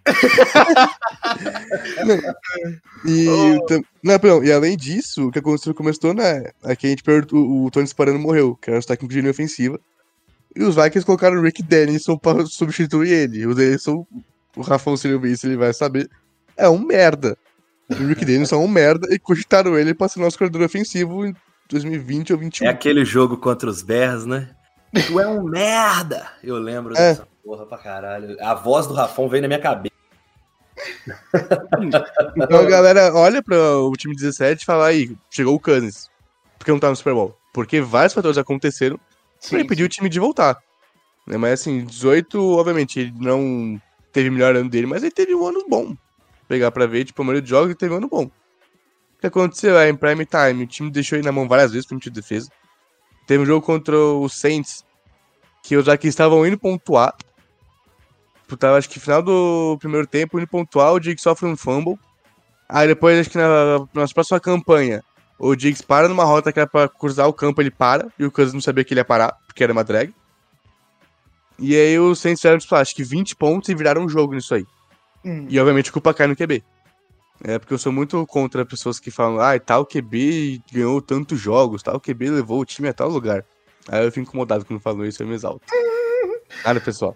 E, Oh. tam- não, perdão, e além disso, o que aconteceu no começo do ano é, é que a gente perdeu, o, o Tony Sparano morreu, que era o técnico de linha ofensiva. E os Vikings colocaram o Rick Dennison pra substituir ele. O Dennison, o Rafão, se ele ouvir isso, ele vai saber, é um merda. O Rick Dennison é um merda e cogitaram ele pra ser nosso coordenador ofensivo em dois mil e vinte ou vinte e um. É aquele jogo contra os Bears, né? Tu é um merda! Eu lembro É. dessa porra pra caralho. A voz do Rafão veio na minha cabeça. Então a galera olha para o time dezessete e fala aí, chegou o Cousins. Por que não tá no Super Bowl? Porque vários fatores aconteceram pra impedir o time de voltar. Né? Mas assim, dezoito, obviamente, ele não teve o melhor ano dele, mas ele teve um ano bom. Pegar pra ver, tipo, a maioria dos jogos ele teve um ano bom. O que aconteceu é, em prime time, o time deixou ele na mão várias vezes pro time de defesa. Teve um jogo contra os Saints, que os Vikings estavam indo pontuar. Tava, acho que no final do primeiro tempo, indo pontuar, o Diggs sofre um fumble. Aí depois, acho que na, na próxima campanha, o Diggs para numa rota que era pra cruzar o campo, ele para, e o Cousins não sabia que ele ia parar, porque era uma drag. E aí os Saints fizeram, tipo, acho que vinte pontos e viraram um jogo nisso aí. Hum. E obviamente a culpa cai no Q B. É porque eu sou muito contra pessoas que falam, ah, tal Q B ganhou tantos jogos, tal Q B levou o time a tal lugar. Aí eu fico incomodado quando falam isso, eu me exalto. Nada, pessoal.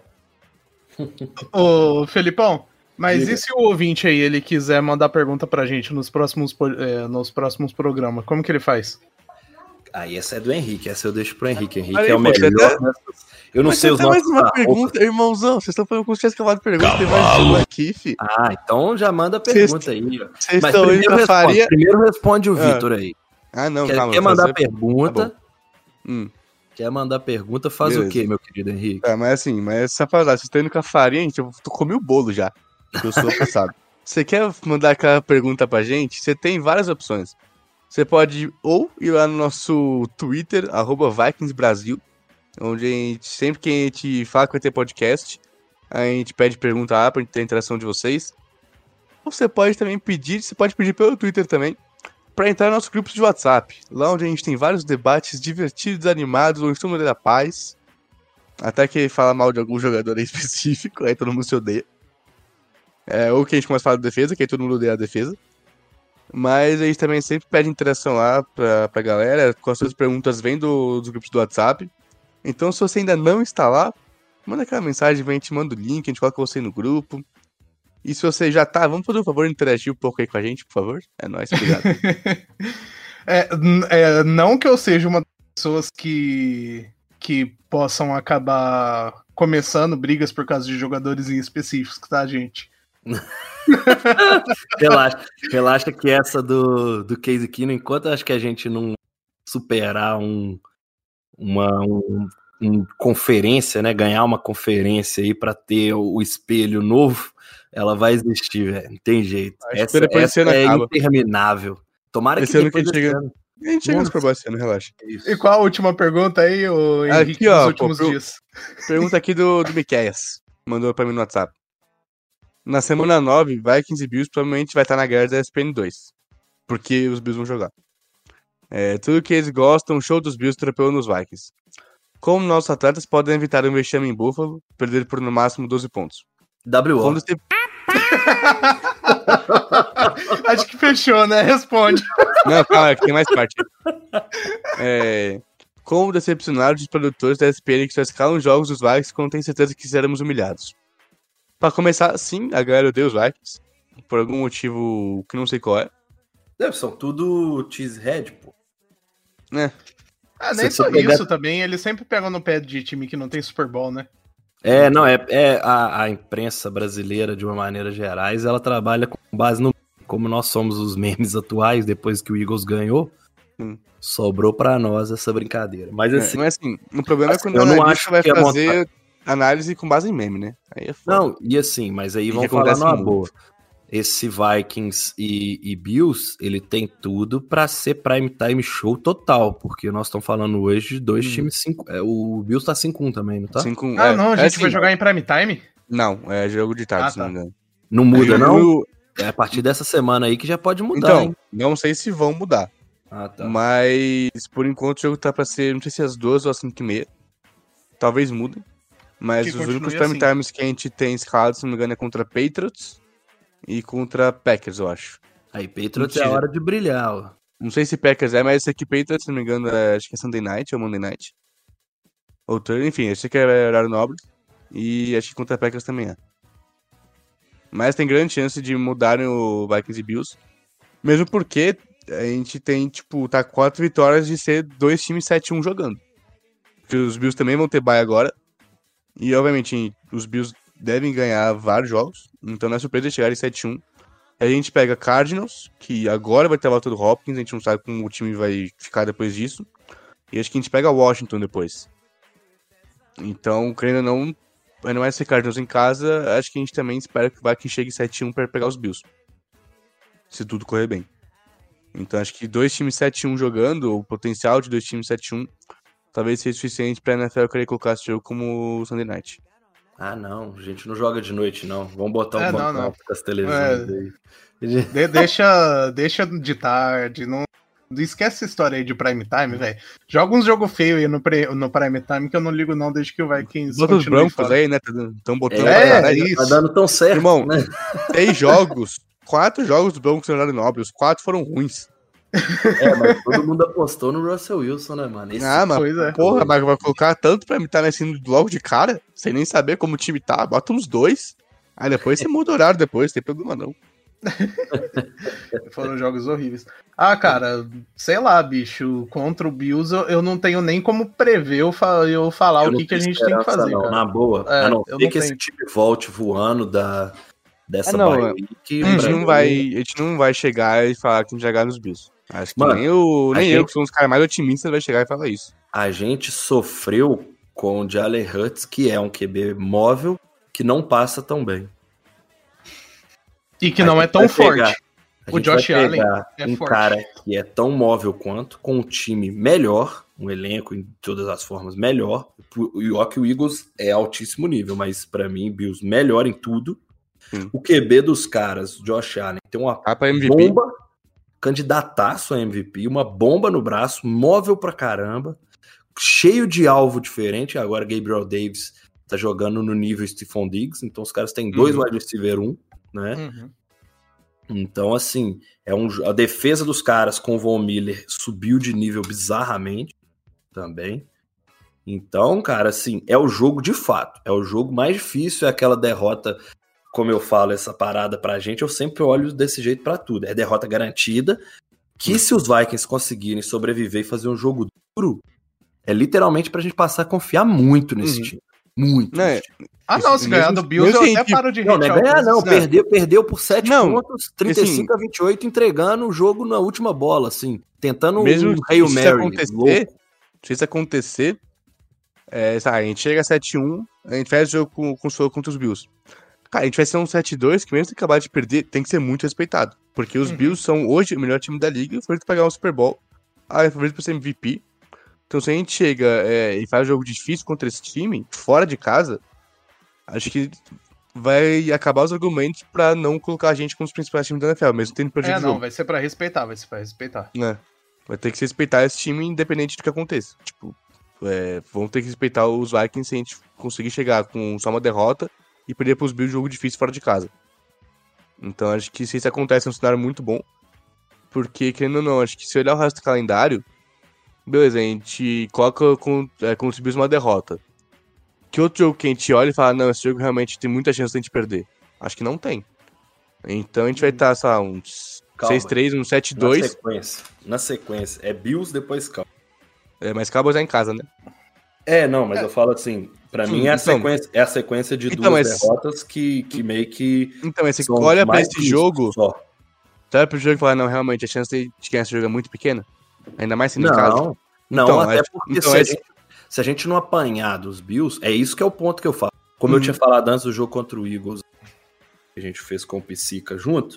Ô, Felipão, mas Diga. e se o ouvinte aí, ele quiser mandar pergunta pra gente nos próximos, po- é, nos próximos programas, como que ele faz? Aí essa é do Henrique, essa eu deixo pro Henrique. Henrique Aí, é o pô, você melhor. até- dessas- Eu não Mas sei você os tem mais nossos uma arrobas. pergunta, irmãozão. Vocês estão falando como se tivesse acabado de pergunta, tem mais Cavalo. uma aqui, fi. Ah, então já manda a Vocês- pergunta aí. ó. Vocês Mas estão indo primeiro pra responde, faria... primeiro responde o Ah. Vitor aí. Ah, não, Quer, calma. quer eu vou mandar fazer- pergunta? Tá bom. Hum. Quer mandar pergunta, faz Beleza. o quê, meu querido Henrique? Tá, mas assim, mas essa parada, vocês estão indo com a farinha, gente, eu tô comi o bolo já. Eu sou passado. Você quer mandar aquela pergunta pra gente? Você tem várias opções. Você pode ou ir lá no nosso Twitter, arroba VikingsBrasil, onde a gente, sempre que a gente fala que vai ter podcast, a gente pede pergunta lá pra gente ter a interação de vocês. Ou você pode também pedir, você pode pedir pelo Twitter também, pra entrar no nosso grupo de WhatsApp, lá onde a gente tem vários debates divertidos, animados, onde todo mundo é da paz. Até que fala mal de algum jogador em específico, aí todo mundo se odeia. É, ou que a gente começa a falar de defesa, que aí todo mundo odeia a defesa. Mas a gente também sempre pede interação lá pra, pra galera, com as suas perguntas vem do, dos grupos do WhatsApp. Então se você ainda não está lá, manda aquela mensagem, vem, a gente manda o link, a gente coloca você no grupo. E se você já tá, vamos fazer um favor de interagir um pouco aí com a gente, por favor? É nóis, obrigado. é, é, não que eu seja uma das pessoas que, que possam acabar começando brigas por causa de jogadores em específicos, tá, gente? relaxa, relaxa que essa do, do Case Keenum, enquanto acho que a gente não superar um, uma um, um conferência, né, ganhar uma conferência aí pra ter o, o espelho novo, ela vai existir, velho, não tem jeito. Acho essa que essa é acaba. interminável. Tomara Esse que ano que depois a gente desse chega- ano. A gente chega no Super Bowl esse ano, relaxa. E qual a última pergunta aí, o Henrique, Aqui, ó, dos últimos pô, dias? Pergunta aqui do, do Miqueias. Mandou pra mim no WhatsApp. Na semana nove, Vikings e Bills provavelmente vai estar na guerra da E S P N dois. Porque os Bills vão jogar. É, tudo que eles gostam, o show dos Bills atropelou nos Vikings. Como nossos atletas podem evitar um vexame em Buffalo, perder por no máximo doze pontos? W O. Como você... Acho que fechou, né? Responde. Não, calma, que tem mais parte. É... Como decepcionar os produtores da E S P N que só escalam jogos dos Vikings quando tem certeza que seremos humilhados? Pra começar, sim, a galera odeia os Vikings. Por algum motivo que não sei qual é. Deve, são tudo cheesehead, pô. Né? Ah, nem Se só você pegar- isso também, eles sempre pegam no pé de time que não tem Super Bowl, né? É, não, é, é a, a imprensa brasileira, de uma maneira gerais, ela trabalha com base no... Como nós somos os memes atuais, depois que o Eagles ganhou, Hum. sobrou pra nós essa brincadeira. Mas É, assim, mas assim, o problema assim, é quando eu o não analista acho vai que é fazer análise com base em meme, né? Aí é foda. não, e assim, mas aí E vamos que falar acontece numa muito. boa. Esse Vikings e, e Bills, ele tem tudo pra ser prime time show total, porque nós estamos falando hoje de dois Hum. times cinco. É, o Bills tá cinco a um também, não tá? Cinco- Ah, é, não, a é gente assim, vai jogar em prime time? Não, é jogo de tarde, Ah, se não tá. me engano. Não muda, É não? jogo- É a partir dessa semana aí que já pode mudar, Então, hein? não sei se vão mudar. Ah, tá. Mas, por enquanto, o jogo tá pra ser, não sei se às duas ou às cinco e meia. Talvez mudem. Mas Que os continue únicos prime assim. times que a gente tem escalado, se não me engano, é contra Patriots e contra Packers, eu acho. Aí, Patriots é a Mentira. hora de brilhar, ó. Não sei se Packers é, mas esse aqui Patriots, se não me engano, é, acho que é Sunday Night ou Monday Night. Ou Thursday, enfim, esse aqui é horário nobre. E acho que contra Packers também é. Mas tem grande chance de mudarem o Vikings e Bills. Mesmo porque a gente tem, tipo, tá quatro vitórias de ser dois times sete a um jogando. Porque os Bills também vão ter bye agora. E, obviamente, os Bills devem ganhar vários jogos. Então não é surpresa eles chegarem sete a um. Aí a gente pega Cardinals, que agora vai ter a volta do Hopkins. A gente não sabe como o time vai ficar depois disso. E acho que a gente pega Washington depois. Então, querendo ou não, ainda mais ser Cardinals em casa, acho que a gente também espera que o Vikings chegue sete a um para pegar os Bills. Se tudo correr bem. Então acho que dois times sete a um jogando, o potencial de dois times sete a um, talvez seja suficiente pra N F L querer colocar esse jogo como Sunday Night. Ah, não, a gente não joga de noite, não. Vamos botar um É, não, contrato não. com as televisões É. aí. De- deixa, deixa de tarde, não, não esquece essa história aí de prime time, velho. Joga uns jogos feios aí no, pre- no prime time que eu não ligo não desde que o Vikings Bota os continue Broncos fora. aí, né? Estão botando É, pra caralho. isso. Tá dando tão certo, Irmão, né? Seis jogos, quatro jogos do Broncos no horário nobre, os quatro foram ruins. É, mas todo mundo apostou no Russell Wilson, né, mano? Esse Ah, mas Pois é. porra, mas vai colocar tanto pra me estar nesse logo de cara, sem nem saber como o time tá, bota uns dois. Aí depois você muda o horário depois, não tem problema não. Foram jogos horríveis. Ah, cara, sei lá, bicho, contra o Bills eu, eu não tenho nem como prever eu, fa- eu falar Eu o não que, que a tenho gente tem que esperança, fazer, não, cara. na boa. É, a não eu ser não que esse tenho. time volte voando da, dessa Ah, não, bye é- week. A gente, pra não mim, vai, a gente não vai chegar e falar que a gente vai ganhar nos Bills. Acho que Mano, nem, o, a nem eu, gente- que sou um dos caras mais otimistas, vai chegar e falar isso. A gente sofreu com o Jalen Hurts, que é um Q B móvel, que não passa tão bem. E que A não é gente tão vai forte. pegar- a O gente vai Josh Allen pegar é um forte. cara que é tão móvel quanto, com um time melhor, um elenco em todas as formas melhor. E ó que o Eagles é altíssimo nível, mas pra mim, Bills melhor em tudo. Sim. O Q B dos caras, Josh Allen, tem uma Ah, pra M V P. bomba, candidataço a M V P, uma bomba no braço, móvel pra caramba, cheio de alvo diferente. Agora Gabriel Davis tá jogando no nível Stephon Diggs, então os caras têm dois Uhum. wide receiver um, né? Uhum. Então, assim, é um, a defesa dos caras com o Von Miller subiu de nível bizarramente também. Então, cara, assim, é o jogo de fato. É o jogo mais difícil, é aquela derrota, como eu falo, essa parada pra gente, eu sempre olho desse jeito pra tudo. É derrota garantida, que se os Vikings conseguirem sobreviver e fazer um jogo duro, é literalmente pra gente passar a confiar muito nesse Uhum. time. Muito. Não, nesse é- time. Ah, não, Isso se ganhar mesmo- do Bills, eu mesmo até assim, paro de Não, não é hatear o ganhar, não. Bills. Perdeu, perdeu por sete Não, pontos, trinta e cinco a vinte e oito, entregando o jogo na última bola, assim. Tentando Mesmo um Hail se isso Mary. acontecer, louco. se isso acontecer, é, sabe, a gente chega a sete a um, a gente faz o jogo com, com o jogo contra os Bills. Cara, a gente vai ser um sete a dois, que mesmo se acabar de perder, tem que ser muito respeitado. Porque os Uhum. Bills são hoje o melhor time da liga e o favorito pra ganhar o Super Bowl. Ah, é favorito pra ser M V P. Então se a gente chega é, e faz um jogo difícil contra esse time, fora de casa, acho que vai acabar os argumentos pra não colocar a gente como os principais times da N F L, mesmo tendo perdido É, o não, jogo. vai ser pra respeitar, vai ser pra respeitar. Né? Vai ter que se respeitar esse time independente do que aconteça. Tipo, é, vão ter que respeitar os Vikings se a gente conseguir chegar com só uma derrota e perder pros Bills jogo difícil fora de casa. Então acho que se isso acontece é um cenário muito bom. Porque, querendo ou não, acho que se olhar o resto do calendário, beleza, a gente coloca com, é, com os Bills uma derrota. Que outro jogo que a gente olha e fala, não, esse jogo realmente tem muita chance de a gente perder? Acho que não tem. Então a gente vai estar, sei lá, uns Calma. seis a três, uns sete a Na dois. sequência. Na sequência. É Bills, depois calma. É, mas Cowboys é em casa, né? É, não, mas eu falo assim, pra Sim, mim é a, então- sequência, é a sequência de Então, duas mas- derrotas que, que meio que. Então, esse, são olha pra mais esse justos jogo, Só. você olha pro jogo e fala, não, realmente, a chance de de ganhar esse jogo é muito pequena. Ainda mais sendo em casa. Não, não, Então, até é- porque então se, a esse- gente, se a gente não apanhar dos Bills, é isso que é o ponto que eu falo. Como eu Uhum. tinha falado antes do jogo contra o Eagles, que a gente fez com o Psica junto,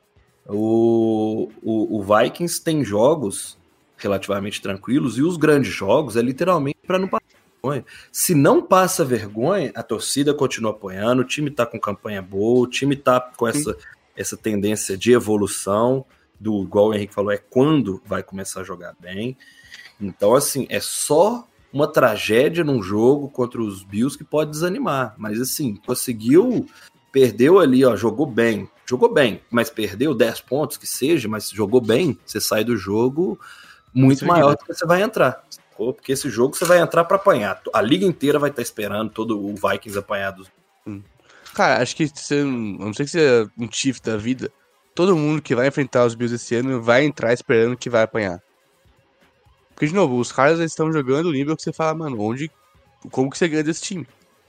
o, o, o Vikings tem jogos relativamente tranquilos e os grandes jogos é literalmente para não passar vergonha. Se não passa vergonha, a torcida continua apoiando, o time tá com campanha boa, o time tá com essa, essa tendência de evolução, do igual o Henrique falou, é quando vai começar a jogar bem. Então, assim, é só uma tragédia num jogo contra os Bills que pode desanimar. Mas, assim, conseguiu, perdeu ali, ó, jogou bem. Jogou bem, mas perdeu dez pontos, que seja, mas jogou bem, você sai do jogo muito Isso maior aí, do que você vai entrar. Porque esse jogo você vai entrar para apanhar. A liga inteira vai estar esperando todo o Vikings apanhar dos... Cara, acho que você, a não sei que seja um Chiefs da vida, todo mundo que vai enfrentar os Bills esse ano vai entrar esperando que vai apanhar. Porque, de novo, os caras eles estão jogando o nível que você fala, mano, onde, como que você ganha desse time?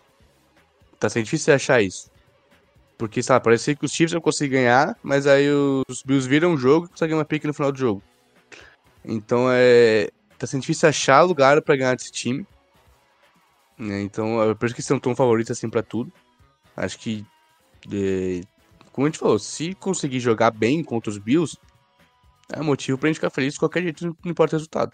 Tá sendo difícil você achar isso. Porque, sabe, parece que os Chiefs vão conseguir ganhar, mas aí os Bills viram o jogo e conseguem uma pique no final do jogo. Então, é... tá sendo difícil achar lugar pra ganhar desse time. Né? Então, é por isso que eles são tão favoritos assim pra tudo. Acho que, é... como a gente falou, se conseguir jogar bem contra os Bills, é motivo pra gente ficar feliz de qualquer jeito, não importa o resultado.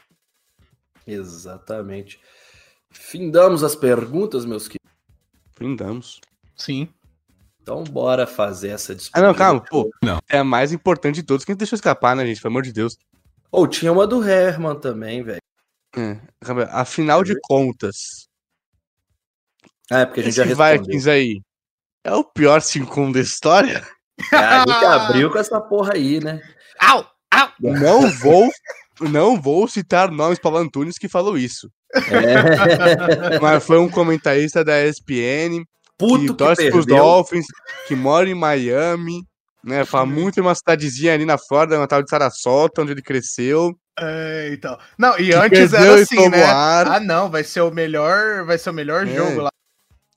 Exatamente. Findamos as perguntas, meus queridos. Brindamos. Sim. Então, bora fazer essa Ah, disputa. não, calma, pô. Não. É a mais importante de todos que a gente deixou escapar, né, gente? Pelo amor de Deus. Ou tinha uma do Herman também, velho. É, afinal de contas, Ah, é porque a gente esse já respondeu. Vikings aí é o pior cinco um da história? É, a gente abriu com essa porra aí, né? Au! Au! Não vou, não vou citar nomes para Antunes que falou isso. É. Mas foi um comentarista da E S P N Puto que que torce pros perdeu. Dolphins, que mora em Miami, né? Fala muito em uma cidadezinha ali na Flórida, uma tal de Sarasota, onde ele cresceu. É, então. Não, e Que antes perdeu era e assim, tomou né? ar. Ah, não, vai ser o melhor, vai ser o melhor É. jogo lá.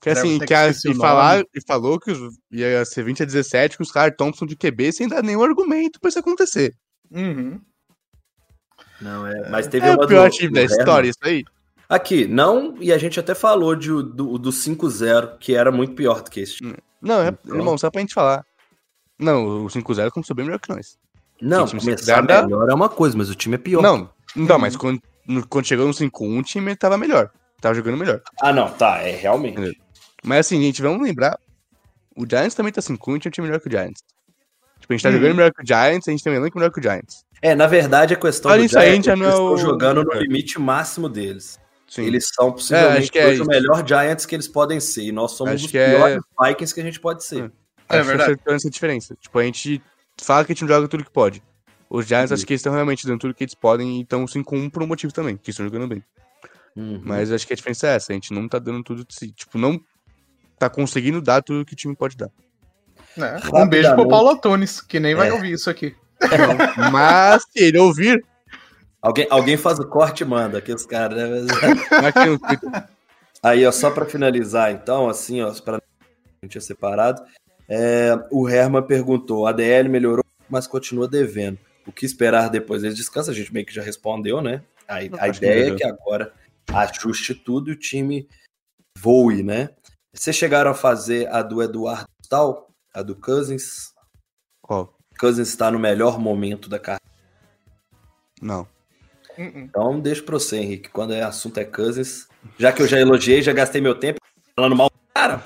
Que assim, que, a, e, falar, e falou que os, ia ser vinte a dezessete, que os caras Thompson de Q B sem dar nenhum argumento pra isso acontecer. Uhum. Não, é, mas teve é uma o pior do, time do da Herman. história, isso aí. Aqui, não, e a gente até falou de, do, do cinco zero, que era muito pior do que esse time. Não, é, Então... irmão, só pra gente falar. Não, o cinco zero começou bem melhor que nós. Não, começar melhor é uma coisa, mas o time é pior. Não, que... então, mas quando, quando chegou no cinco um, o time tava melhor. Tava jogando melhor. Ah, não, tá, é realmente. Entendeu? Mas assim, gente, vamos lembrar, o Giants também tá cinco um e tinha um time melhor que o Giants. Tipo, a gente tá hum. jogando melhor que o Giants, a gente tem um elenco melhor que o Giants. É, na verdade, a questão Olha do isso aí, Giants é que não eles é o... estão jogando no limite máximo deles. Sim. Eles são possivelmente é, hoje é o melhor Giants que eles podem ser. E nós somos acho os é... piores Vikings que a gente pode ser. É, é verdade. Essa diferença. Tipo, a gente fala que a gente não joga tudo que pode. Os Giants, uhum. acho que eles estão realmente dando tudo que eles podem e estão cinco um por um motivo também, que estão jogando bem. Uhum. Mas acho que a diferença é essa, a gente não tá dando tudo de si. Tipo, não tá conseguindo dar tudo que o time pode dar. É, um beijo pro Paulo Antunes, que nem vai é. ouvir isso aqui. Não, mas se ele ouvir... Alguém, alguém faz o corte e manda, aqueles caras, né? Aí, ó, só pra finalizar, então, assim, ó, pra não tinha separado, é, o Herman perguntou, a D L melhorou, mas continua devendo. O que esperar depois desse descanso? A gente meio que já respondeu, né? A, a ideia é que agora ajuste tudo e o time voe, né? Vocês chegaram a fazer a do Eduardo Tal, a do Cousins? Qual? Cousins está no melhor momento da carreira. Não. Então deixa pra você, Henrique. Quando o assunto é Cousins, já que eu já elogiei, já gastei meu tempo falando mal do cara.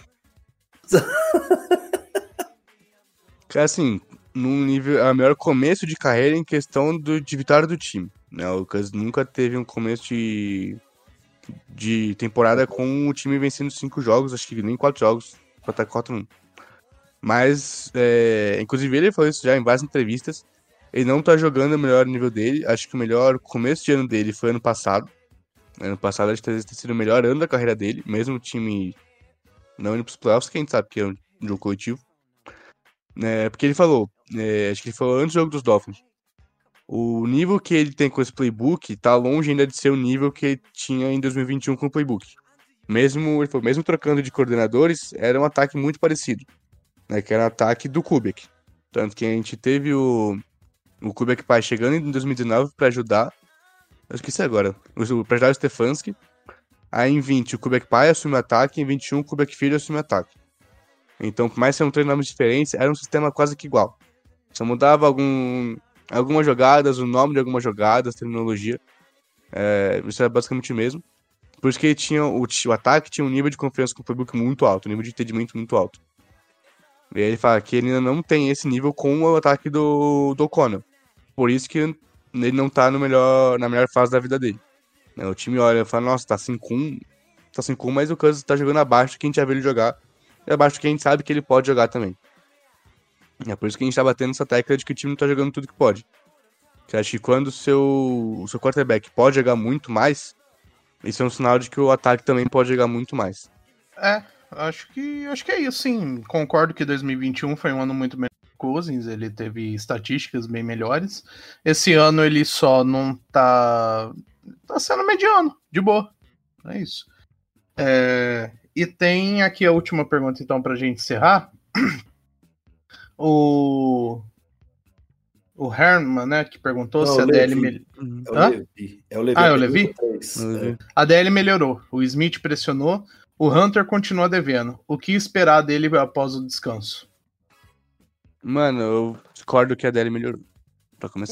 Cara, assim, num nível, é o melhor começo de carreira em questão do, de vitória do time. Né? O Cousins nunca teve um começo de, de temporada com o time vencendo cinco jogos, acho que nem quatro jogos, pra estar quatro a um. Mas, é, inclusive ele falou isso já em várias entrevistas, ele não tá jogando o melhor nível dele, acho que o melhor começo de ano dele foi ano passado. Ano passado acho que ter sido o melhor ano da carreira dele, mesmo o time não indo pros playoffs, que a gente sabe que é um jogo coletivo. É, porque ele falou, é, acho que ele falou antes do jogo dos Dolphins, o nível que ele tem com esse playbook tá longe ainda de ser o nível que ele tinha em dois mil e vinte e um com o playbook. Mesmo, ele falou, mesmo trocando de coordenadores, era um ataque muito parecido, né, que era um ataque do Kubiak. Tanto que a gente teve o, o Kubiak pai chegando em dois mil e dezenove pra ajudar, eu esqueci agora, pra ajudar o Stefanski. Aí em vinte o Kubiak pai assume o ataque, em vinte e um o Kubiak filho assume o ataque. Então, por mais que sejam três nomes diferentes, era um sistema quase que igual. Só mudava algum, algumas jogadas, o nome de algumas jogadas, terminologia. É, isso era basicamente o mesmo. Por isso que ele tinha, o, o ataque tinha um nível de confiança com o playbook muito alto, um nível de entendimento muito alto. E aí ele fala que ele ainda não tem esse nível com o ataque do, do O'Connell. Por isso que ele não tá no melhor, na melhor fase da vida dele. O time olha e fala, nossa, tá cinco um, tá cinco um, mas o Cousins tá jogando abaixo do que a gente já viu ele jogar. E abaixo do que a gente sabe que ele pode jogar também. É por isso que a gente tá batendo essa tecla de que o time não tá jogando tudo que pode. Porque acho que quando o seu, o seu quarterback pode jogar muito mais, isso é um sinal de que o ataque também pode jogar muito mais. É, acho que, acho que é isso, sim. Concordo que dois mil e vinte e um foi um ano muito melhor do Cousins, ele teve estatísticas bem melhores. Esse ano ele só não tá... tá sendo mediano, de boa. É isso. É... E tem aqui a última pergunta, então, pra gente encerrar. O... O Herman, né, que perguntou não, se a D L... Me... É o Levi. É o Levi. Ah, é o Levi? É. A D L melhorou. O Smith pressionou. O Hunter continua devendo. O que esperar dele após o descanso? Mano, eu discordo que a D L melhorou. Pra começar.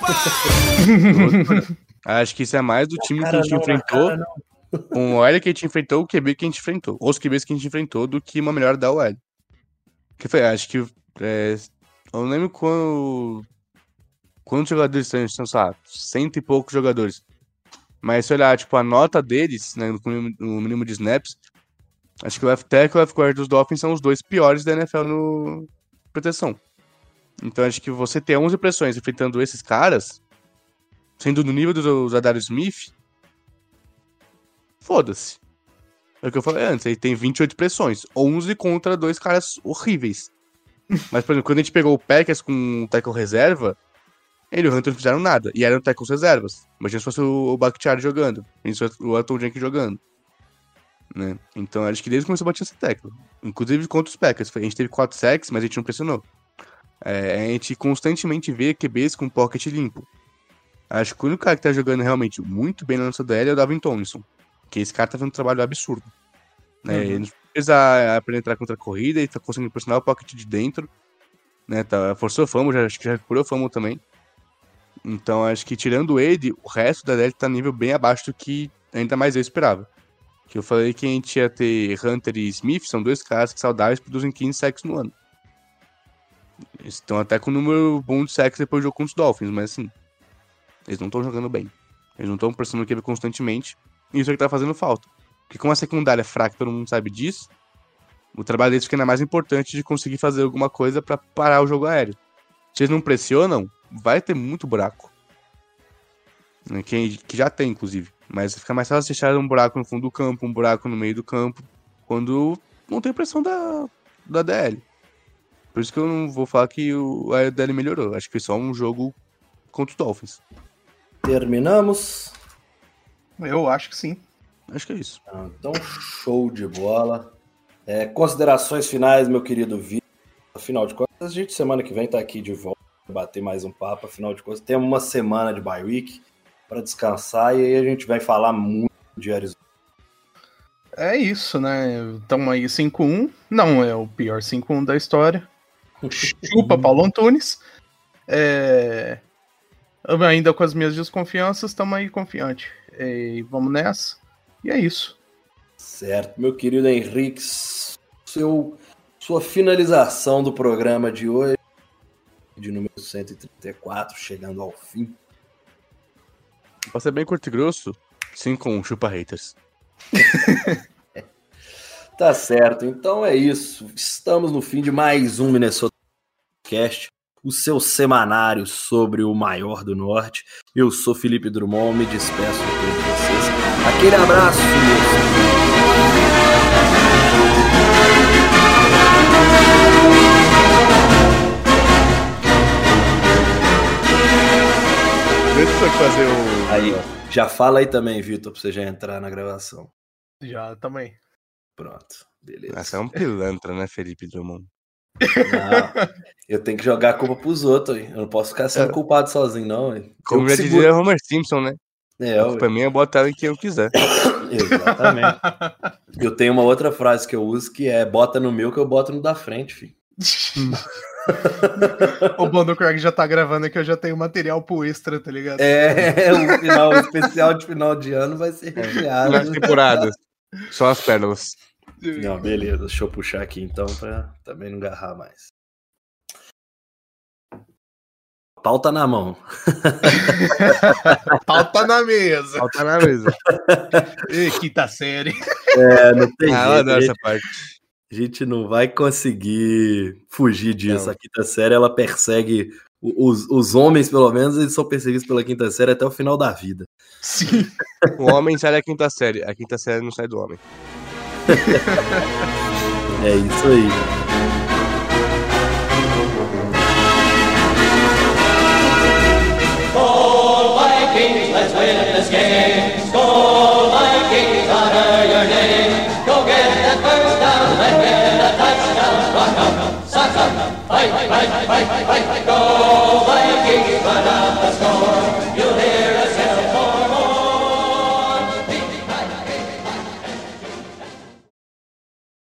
Acho que isso é mais do time que a gente não, enfrentou. Com o O L que a gente enfrentou, o Q B que a gente enfrentou. Os Q Bs que a gente enfrentou do que uma melhor da O L. Que foi, acho que... É, eu não lembro quando... Quantos jogadores são, são, sabe? Cento e poucos jogadores. Mas se olhar, tipo, a nota deles, né, no, no mínimo de snaps, acho que o left tackle e o left guard dos Dolphins são os dois piores da N F L no proteção. Então acho que você ter onze pressões enfrentando esses caras, sendo no nível do Zadarius Smith, foda-se. É o que eu falei antes, ele tem vinte e oito pressões, onze contra dois caras horríveis. Mas, por exemplo, quando a gente pegou o Packers com um tackle reserva, ele e o Hunter não fizeram nada. E eram tackles reservas. Imagina se fosse o Bakhtiari jogando. Isso o Elton Jenkins jogando. Né? Então acho que desde que começou a bater essa tecla. Inclusive contra os Packers. A gente teve quatro sacks, mas a gente não pressionou. É, a gente constantemente vê Q Bs com pocket limpo. Acho que o único cara que tá jogando realmente muito bem na nossa D L é o Dalvin Tomlinson. Que esse cara tá fazendo um trabalho absurdo. Né? Uhum. Ele não precisa penetrar contra a corrida, ele tá conseguindo pressionar o pocket de dentro. Né? Tá, forçou o fumble, já, acho que já recuperou o fumble também. Então acho que tirando ele, o resto da D L tá nível bem abaixo do que ainda mais eu esperava. Que eu falei que a gente ia ter Hunter e Smith, são dois caras que saudáveis produzem quinze sacks no ano. Eles estão até com um número bom de sacks depois do jogo contra os Dolphins, mas assim, eles não estão jogando bem. Eles não estão pressionando o Q B constantemente, e isso é que tá fazendo falta. Porque como a secundária é fraca, todo mundo sabe disso, o trabalho deles fica ainda mais importante de conseguir fazer alguma coisa pra parar o jogo aéreo. Se eles não pressionam, vai ter muito buraco. Que, que já tem, inclusive. Mas fica mais fácil deixar um buraco no fundo do campo, um buraco no meio do campo, quando não tem pressão da, da D L. Por isso que eu não vou falar que o, a D L melhorou. Acho que foi só um jogo contra os Dolphins. Terminamos? Eu acho que sim. Acho que é isso. Então, show de bola. É, considerações finais, meu querido Vitor. Afinal de contas, a gente semana que vem tá aqui de volta para bater mais um papo. Afinal de contas, temos uma semana de bye week para descansar e aí a gente vai falar muito de Arizona. É isso, né? Estamos aí cinco a um. Não é o pior cinco a um da história. Chupa Paulo Antunes. É... Ainda com as minhas desconfianças, estamos aí confiantes. E vamos nessa. E é isso. Certo. Meu querido Henrique, seu, sua finalização do programa de hoje, de número cento e trinta e quatro, chegando ao fim. Pra ser bem curto e grosso, sim com chupa haters. Tá certo, então é isso. Estamos no fim de mais um Minnesota Cast, o seu semanário sobre o maior do norte. Eu sou Felipe Drummond, me despeço de todos vocês. Aquele abraço, meus. Deixa eu fazer o... Aí, já fala aí também, Vitor, pra você já entrar na gravação. Já, também. Pronto, beleza. Essa é um pilantra, né, Felipe Drummond? Não, eu tenho que jogar a culpa pros outros, hein? Eu não posso ficar sendo culpado sozinho, não. Hein? Como já seguro... dizia Homer Simpson, né? É, a culpa minha é botar ela em quem eu quiser. Exatamente. Eu tenho uma outra frase que eu uso que é bota no meu que eu boto no da frente, filho. O bom do Craig já tá gravando aqui, eu já tenho material pro extra, tá ligado? É, o final o especial de final de ano vai ser recheado. Nas temporadas. Só as pérolas. Não, beleza, deixa eu puxar aqui então pra também não agarrar mais. Pauta na mão. Pauta na mesa. Pauta na mesa. Ih, quinta série. É, não tem ah, jeito. Eu adoro essa parte. A gente não vai conseguir fugir disso. Não. A quinta série, ela persegue os, os homens, pelo menos, eles são perseguidos pela quinta série até o final da vida. Sim. O homem sai da quinta série, a quinta série não sai do homem. É isso aí. Skål, Vikings, let's win this game. Skål, Vikings, honor your name. Go get that first down and get a touchdown. Rock 'em, sock 'em, fight, fight, fight, fight, fight, go.